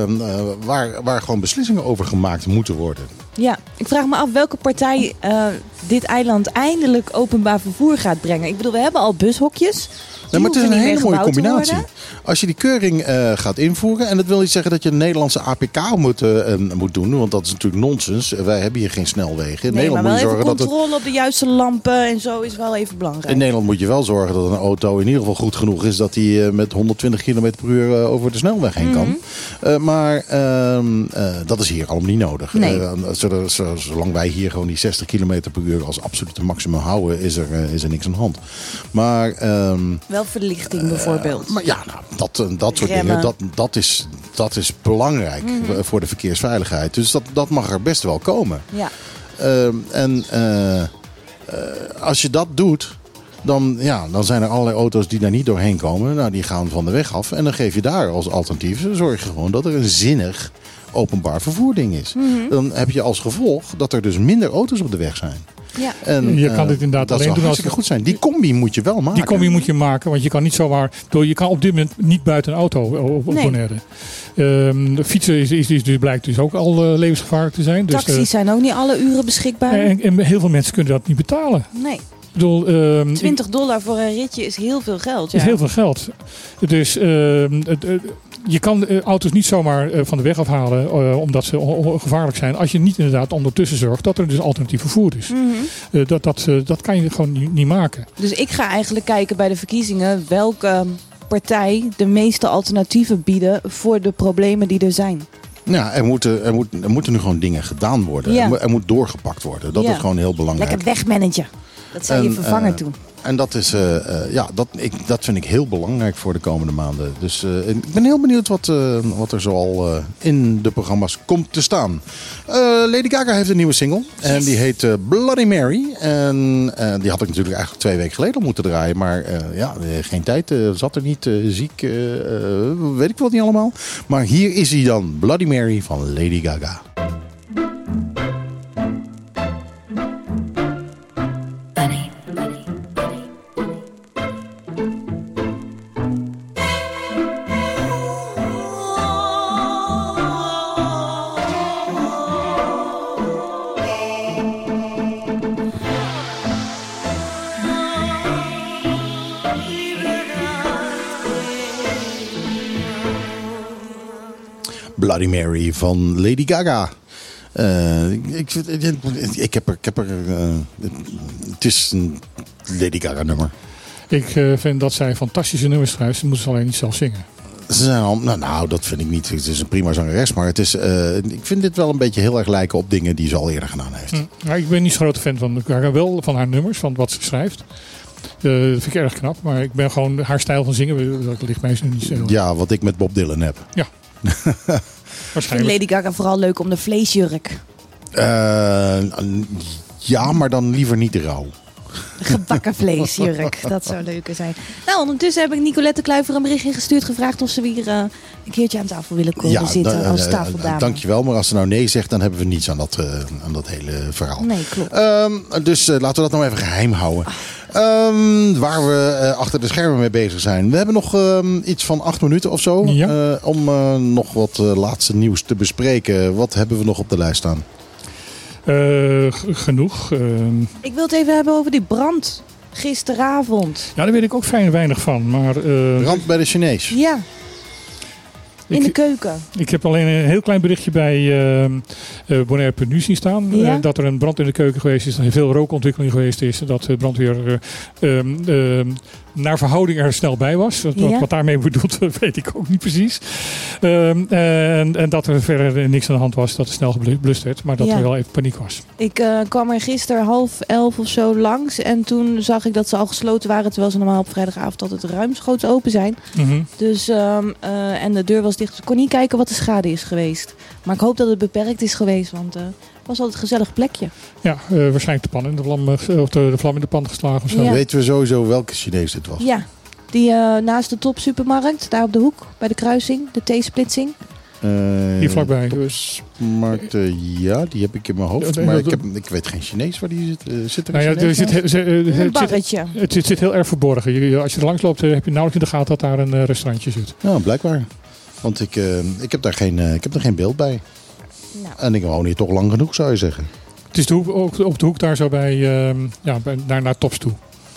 waar gewoon beslissingen over gemaakt moeten worden. Ja, ik vraag me af welke partij dit eiland eindelijk openbaar vervoer gaat brengen. Ik bedoel, we hebben al bushokjes. Nee, maar het is een hele mooie combinatie. Als je die keuring gaat invoeren, en dat wil niet zeggen dat je een Nederlandse APK moet doen, want dat is natuurlijk nonsens. Wij hebben hier geen snelwegen. In Nederland maar wel moet je even controle op de juiste lampen en zo is wel even belangrijk. In Nederland moet je wel zorgen dat een auto in ieder geval goed genoeg is dat hij met 120 km per uur over de snelweg heen kan. Maar dat is hier allemaal niet nodig. Nee. Zolang wij hier gewoon die 60 km per uur als absolute maximum houden, is er niks aan de hand. Maar wel verlichting bijvoorbeeld. Maar ja, dat soort dingen, dat is belangrijk voor de verkeersveiligheid. Dus dat mag er best wel komen. Ja. Als je dat doet, dan zijn er allerlei auto's die daar niet doorheen komen. Nou, die gaan van de weg af. En dan geef je daar als alternatief, zorg je gewoon dat er een zinnig openbaar vervoerding is. Dan heb je als gevolg dat er dus minder auto's op de weg zijn. Ja. En je kan dit inderdaad dat alleen doen als het goed zijn. Die combi moet je wel maken. Die combi moet je maken, want je kan niet zomaar. Je kan op dit moment niet buiten een auto op Bonaire. Fietsen is blijkt dus ook al levensgevaarlijk te zijn. Taxis dus, zijn ook niet alle uren beschikbaar. En heel veel mensen kunnen dat niet betalen. Nee. Ik bedoel, $20 voor een ritje is heel veel geld. Ja. Is heel veel geld. Dus je kan auto's niet zomaar van de weg afhalen omdat ze gevaarlijk zijn. Als je niet inderdaad ondertussen zorgt dat er dus alternatief vervoer is. Dat kan je gewoon niet maken. Dus ik ga eigenlijk kijken bij de verkiezingen welke partij de meeste alternatieven bieden voor de problemen die er zijn. Ja, er moeten nu gewoon dingen gedaan worden. Ja. Er moet doorgepakt worden. Dat is gewoon heel belangrijk. Lekker wegmanagen. Dat zou je vervanger doen. En dat is, dat vind ik heel belangrijk voor de komende maanden. Dus ik ben heel benieuwd wat er zoal in de programma's komt te staan. Lady Gaga heeft een nieuwe single. Yes. En die heet Bloody Mary. En die had ik natuurlijk eigenlijk 2 weken geleden al moeten draaien. Maar geen tijd, zat er niet, ziek, weet ik wat niet allemaal. Maar hier is hij dan, Bloody Mary van Lady Gaga. Bloody Mary van Lady Gaga. Het is een Lady Gaga nummer. Ik vind dat zij fantastische nummers schrijft. Ze moeten ze alleen niet zelf zingen. Ze zijn al, nou, dat vind ik niet. Het is een prima zangeres, maar het is, ik vind dit wel een beetje heel erg lijken op dingen die ze al eerder gedaan heeft. Ja, ik ben niet zo'n grote fan van Gaga, wel van haar nummers, van wat ze schrijft. Dat vind ik erg knap, maar ik ben gewoon haar stijl van zingen, dat ligt mij niet zo. Ja, wat ik met Bob Dylan heb. Ja. Ik vind Lady Gaga vooral leuk om de vleesjurk. Ja, maar dan liever niet rauw. Gebakken vleesjurk, dat zou leuker zijn. Nou, ondertussen heb ik Nicolette Kluiver een berichtje gestuurd, gevraagd of ze weer een keertje aan tafel willen komen zitten als tafeldame. Dankjewel, maar als ze nou nee zegt, dan hebben we niets aan dat hele verhaal. Nee, klopt. Dus laten we dat nou even geheim houden. Waar we achter de schermen mee bezig zijn. We hebben nog iets van 8 minuten of zo. Ja. Om nog wat laatste nieuws te bespreken. Wat hebben we nog op de lijst staan? Genoeg. Ik wil het even hebben over die brand gisteravond. Ja, daar weet ik ook fijn weinig van. Maar, Brand bij de Chinees. Ja. In de keuken. Ik heb alleen een heel klein berichtje bij Bonaire.nu zien staan. Ja? Dat er een brand in de keuken geweest is. Dat er veel rookontwikkeling geweest is. Dat de brandweer naar verhouding er snel bij was. Wat daarmee bedoeld, weet ik ook niet precies. En dat er verder niks aan de hand was. Dat er snel geblust werd. Maar dat er wel even paniek was. Ik kwam er gisteren 10:30 of zo langs. En toen zag ik dat ze al gesloten waren. Terwijl ze normaal op vrijdagavond altijd ruimschoots open zijn. Mm-hmm. Dus, en de deur was dicht. Dus ik kon niet kijken wat de schade is geweest. Maar ik hoop dat het beperkt is geweest. Want het was altijd een gezellig plekje. Ja, waarschijnlijk de vlam in de pan geslagen of zo. Ja. Weten we sowieso welke Chinees dit was? Ja, die naast de topsupermarkt. Daar op de hoek. Bij de kruising. De T-splitsing. Hier vlakbij. Markt, ja, die heb ik in mijn hoofd. Maar ik weet geen Chinees waar die zit. Zit er een Chinees? Een barretje. Het zit heel erg verborgen. Als je er langs loopt, heb je nauwelijks in de gaten dat daar een restaurantje zit. Ja, blijkbaar. Want ik heb daar geen beeld bij. Nou. En ik woon hier toch lang genoeg, zou je zeggen. Het is op de hoek daar zo bij naar Tops toe.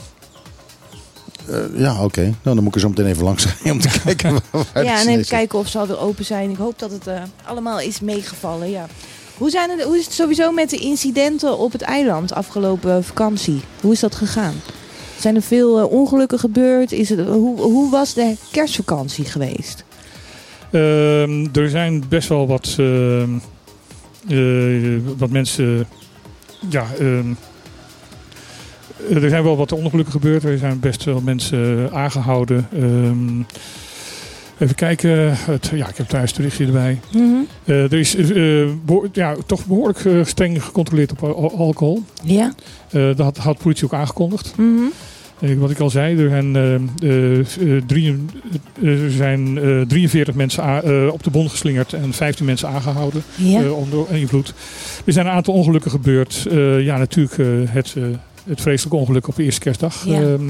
Ja, oké. Nou, dan moet ik er zo meteen even langs rijden om te kijken waar Ja, en Chinees even kijken of ze alweer open zijn. Ik hoop dat het allemaal is meegevallen. Ja. Hoe is het sowieso met de incidenten op het eiland afgelopen vakantie? Hoe is dat gegaan? Zijn er veel ongelukken gebeurd? Hoe was de kerstvakantie geweest? Er zijn best wel wat mensen... er zijn wel wat ongelukken gebeurd. Er zijn best wel mensen aangehouden. Even kijken. Ik heb thuis het berichtje erbij. Mm-hmm. Er is toch behoorlijk streng gecontroleerd op alcohol. Ja. Dat had de politie ook aangekondigd. Mm-hmm. Wat ik al zei, er zijn 43 mensen op de bon geslingerd en 15 mensen aangehouden onder invloed. Er zijn een aantal ongelukken gebeurd. Natuurlijk het vreselijke ongeluk op de eerste kerstdag.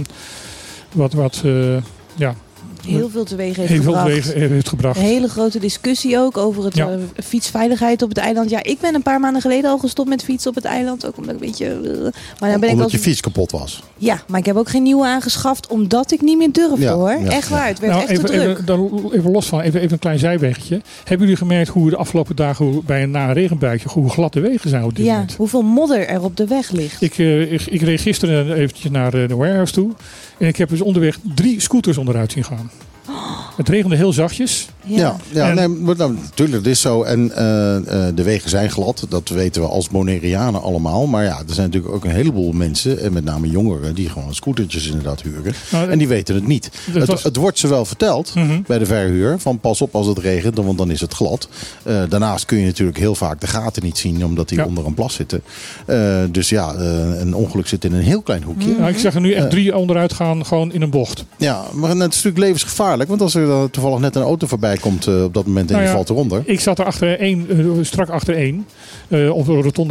Ja. Heel veel teweeg heeft gebracht. Een hele grote discussie ook over het fietsveiligheid op het eiland. Ja, ik ben een paar maanden geleden al gestopt met fietsen op het eiland. Ook omdat ik een beetje... omdat je fiets kapot was. Ja, maar ik heb ook geen nieuwe aangeschaft omdat ik niet meer durfde hoor. Ja, echt waar, het werd echt te druk. Even los van, even een klein zijwegetje. Hebben jullie gemerkt hoe de afgelopen dagen na een regenbuitje, hoe glad de wegen zijn op dit moment? Hoeveel modder er op de weg ligt. Ik reed gisteren eventjes naar de warehouse toe. En ik heb dus onderweg 3 scooters onderuit zien gaan. Het regende heel zachtjes. Natuurlijk, dat is zo. En de wegen zijn glad. Dat weten we als Bonaireanen allemaal. Maar ja, er zijn natuurlijk ook een heleboel mensen, en met name jongeren, die gewoon scootertjes inderdaad huren. En die weten het niet. Het wordt ze wel verteld bij de verhuur. Van pas op als het regent, want dan is het glad. Daarnaast kun je natuurlijk heel vaak de gaten niet zien, omdat die onder een plas zitten. Een ongeluk zit in een heel klein hoekje. Ik zag er nu echt 3 onderuit gaan, gewoon in een bocht. Ja, maar het is natuurlijk levensgevaarlijk. Want als er toevallig net een auto voorbij komt op dat moment en je valt eronder. Ik zat er strak achter 1. Op de rotonde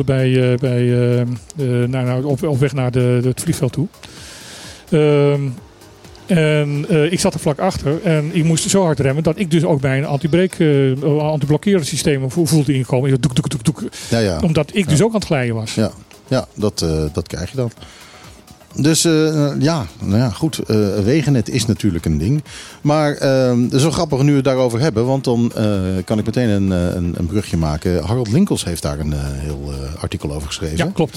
op weg naar het vliegveld toe. Ik zat er vlak achter en ik moest zo hard remmen dat ik dus ook bij een anti-blokkerend systeem voelde inkomen. Doek. Omdat ik dus ook aan het glijden was. Ja, dat krijg je dan. Dus goed. Wegennet is natuurlijk een ding. Maar het is wel grappig nu we het daarover hebben. Want dan kan ik meteen een brugje maken. Harold Linkels heeft daar een heel artikel over geschreven. Ja, klopt.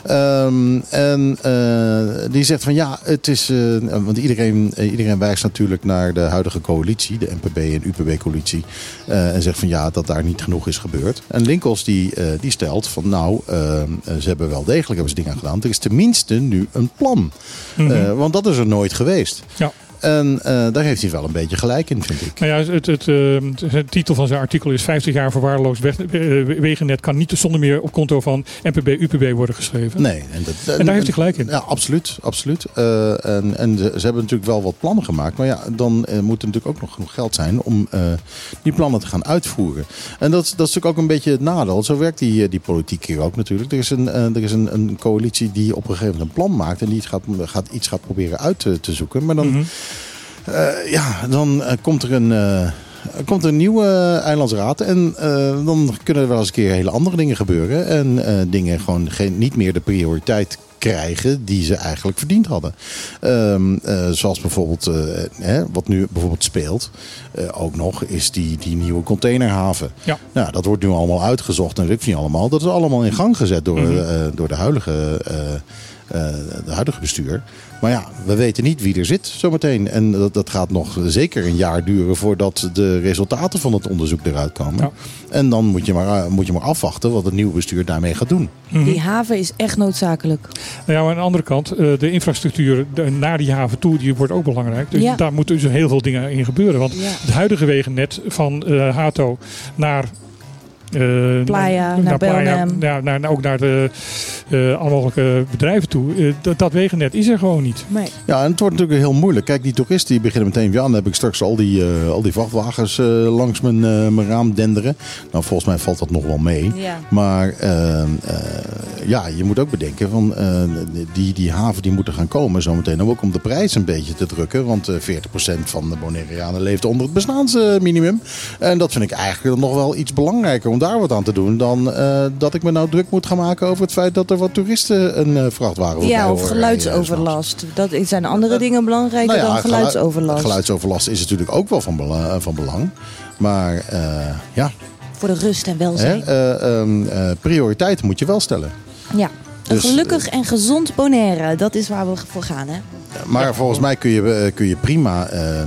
Die zegt van het is... want iedereen wijst natuurlijk naar de huidige coalitie. De NPB en UPB-coalitie. En zegt van dat daar niet genoeg is gebeurd. En Linkels die stelt van ze hebben wel degelijk dingen gedaan. Er is tenminste nu een plan. Want dat is er nooit geweest. Ja. En daar heeft hij wel een beetje gelijk in, vind ik. Nou ja, het titel van zijn artikel is 50 jaar verwaarloosd wegennet kan niet zonder meer op konto van NPB, UPB worden geschreven. Nee. En daar heeft hij gelijk in. Ja, absoluut. En ze hebben natuurlijk wel wat plannen gemaakt. Maar ja, dan moet er natuurlijk ook nog genoeg geld zijn om die plannen te gaan uitvoeren. En dat is natuurlijk ook een beetje het nadeel. Zo werkt die politiek hier ook natuurlijk. Er is een coalitie die op een gegeven moment een plan maakt en die iets gaat proberen uit te zoeken. Maar dan, dan komt er een nieuwe eilandsraad en dan kunnen er wel eens een keer hele andere dingen gebeuren. En dingen gewoon niet meer de prioriteit krijgen die ze eigenlijk verdiend hadden. Zoals bijvoorbeeld, wat nu bijvoorbeeld speelt, ook nog, is die nieuwe containerhaven. Ja. Nou, dat wordt nu allemaal uitgezocht en weet ik niet allemaal. Dat is allemaal in gang gezet door de huidige bestuur. Maar ja, we weten niet wie er zit zometeen. En dat gaat nog zeker een jaar duren voordat de resultaten van het onderzoek eruit komen. Ja. En dan moet je maar afwachten wat het nieuwe bestuur daarmee gaat doen. Die haven is echt noodzakelijk. Nou ja, maar aan de andere kant, de infrastructuur naar die haven toe, die wordt ook belangrijk. Dus daar moeten dus heel veel dingen in gebeuren. Want het huidige wegennet van Hato naar Playa, naar Belnem. Ook naar de alle mogelijke bedrijven toe. Dat wegennet is er gewoon niet. Nee. Ja, en het wordt natuurlijk heel moeilijk. Kijk, die toeristen die beginnen meteen weer aan. Dan heb ik straks al die vrachtwagens langs mijn raam denderen. Nou, volgens mij valt dat nog wel mee. Ja. Maar je moet ook bedenken van die haven die moeten gaan komen zometeen. Ook om de prijs een beetje te drukken. Want 40% van de Bonaireanen leeft onder het bestaansminimum. En dat vind ik eigenlijk nog wel iets belangrijker om daar wat aan te doen dan dat ik me nou druk moet gaan maken over het feit dat er wat toeristen een vrachtwagen Ja, of geluidsoverlast. Dat zijn andere dingen belangrijker dan geluidsoverlast. Geluidsoverlast is natuurlijk ook wel van belang. Maar voor de rust en welzijn. Prioriteiten moet je wel stellen. Ja. Een gelukkig en gezond Bonaire, dat is waar we voor gaan, hè? Maar volgens mij kun je prima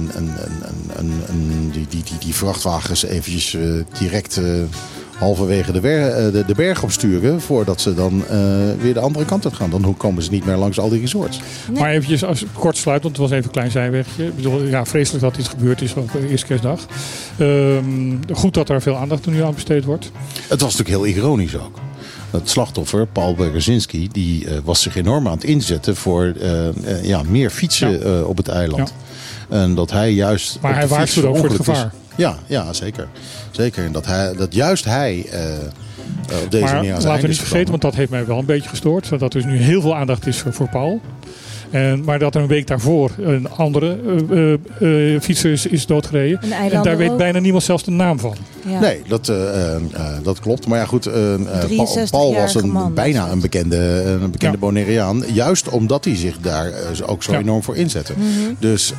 die vrachtwagens eventjes direct halverwege de berg opsturen voordat ze dan weer de andere kant op gaan. Dan komen ze niet meer langs al die resorts. Nee. Maar eventjes als kort sluit, want het was even een klein zijwegje. Ik bedoel, ja, vreselijk dat dit gebeurd is op de eerste kerstdag. Goed dat er veel aandacht nu aan besteed wordt. Het was natuurlijk heel ironisch ook. Het slachtoffer, Paul Bergezinski, die was zich enorm aan het inzetten voor meer fietsen op het eiland. Ja. En dat hij juist... Maar hij waarschuwde ook voor het gevaar. Ja, zeker. Zeker. En dat juist hij op deze manier aan zijn Maar laten we niet vergeten, want dat heeft mij wel een beetje gestoord. Dat er nu heel veel aandacht is voor Paul. Maar dat er een week daarvoor een andere fietser is doodgereden. En daar weet bijna niemand zelfs de naam van. Ja. Nee, dat klopt. Maar ja goed, Paul was bijna een bekende Bonaireaan. Juist omdat hij zich daar ook zo enorm voor inzette. Mm-hmm. Dus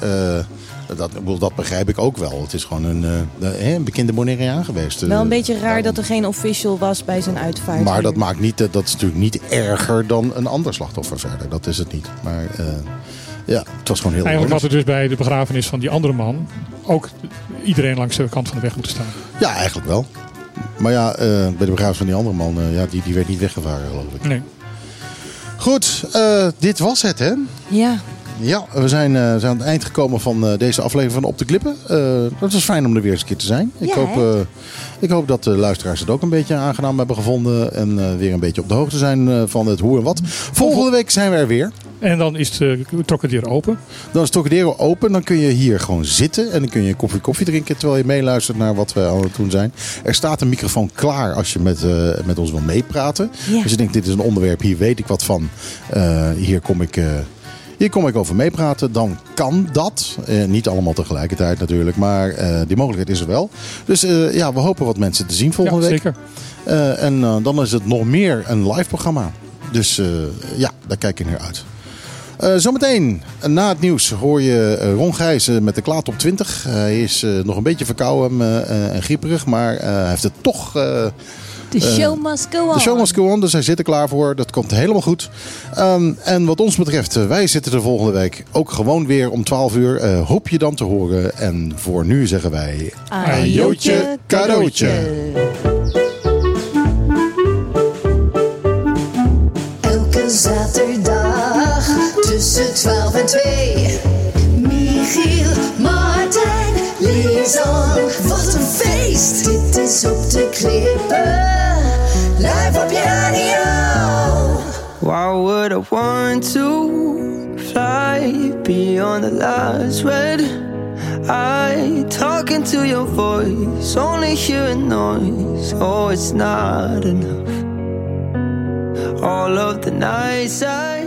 dat begrijp ik ook wel. Het is gewoon een bekende Bonaireaan geweest. Wel een beetje raar dat er geen official was bij zijn uitvaart. Maar dat maakt niet, dat is natuurlijk niet erger dan een ander slachtoffer verder. Dat is het niet. Maar het was gewoon heel Eigenlijk had er dus bij de begrafenis van die andere man ook iedereen langs de kant van de weg moeten staan. Ja, eigenlijk wel. Maar ja, bij de begrafenis van die andere man, die werd niet weggevaren, geloof ik. Nee. Goed, dit was het, hè? Ja. Ja, we zijn aan het eind gekomen van deze aflevering van Op de Klippen. Het was fijn om er weer eens een keer te zijn. Ik hoop dat de luisteraars het ook een beetje aangenaam hebben gevonden. En weer een beetje op de hoogte zijn van het hoe en wat. Volgende week zijn we er weer. En dan is Trocadero open. Dan is Trocadero open. Dan kun je hier gewoon zitten. En dan kun je koffie drinken terwijl je meeluistert naar wat we aan het doen zijn. Er staat een microfoon klaar als je met ons wil meepraten. Ja. Dus je denkt, dit is een onderwerp, hier weet ik wat van. Hier kom ik over meepraten. Dan kan dat. Niet allemaal tegelijkertijd natuurlijk. Maar die mogelijkheid is er wel. Dus we hopen wat mensen te zien volgende week. Zeker. En dan is het nog meer een live programma. Dus daar kijk ik naar uit. Zometeen, na het nieuws, hoor je Ron Gijzen met de Klaat op 20. Hij is nog een beetje verkouden en grieperig. Maar hij heeft het toch... The show must go on. The show must go on, dus hij zit er klaar voor. Dat komt helemaal goed. En wat ons betreft, wij zitten er volgende week ook gewoon weer om 12 uur. Hoop je dan te horen. En voor nu zeggen wij... Ajootje, cadeautje. Elke zaterdag tussen 12 en 2. Michiel is op de klippen. Live op je radio. Why would I want to fly beyond the last red eye? Talking to your voice, only hearing noise. Oh, it's not enough. All of the nights I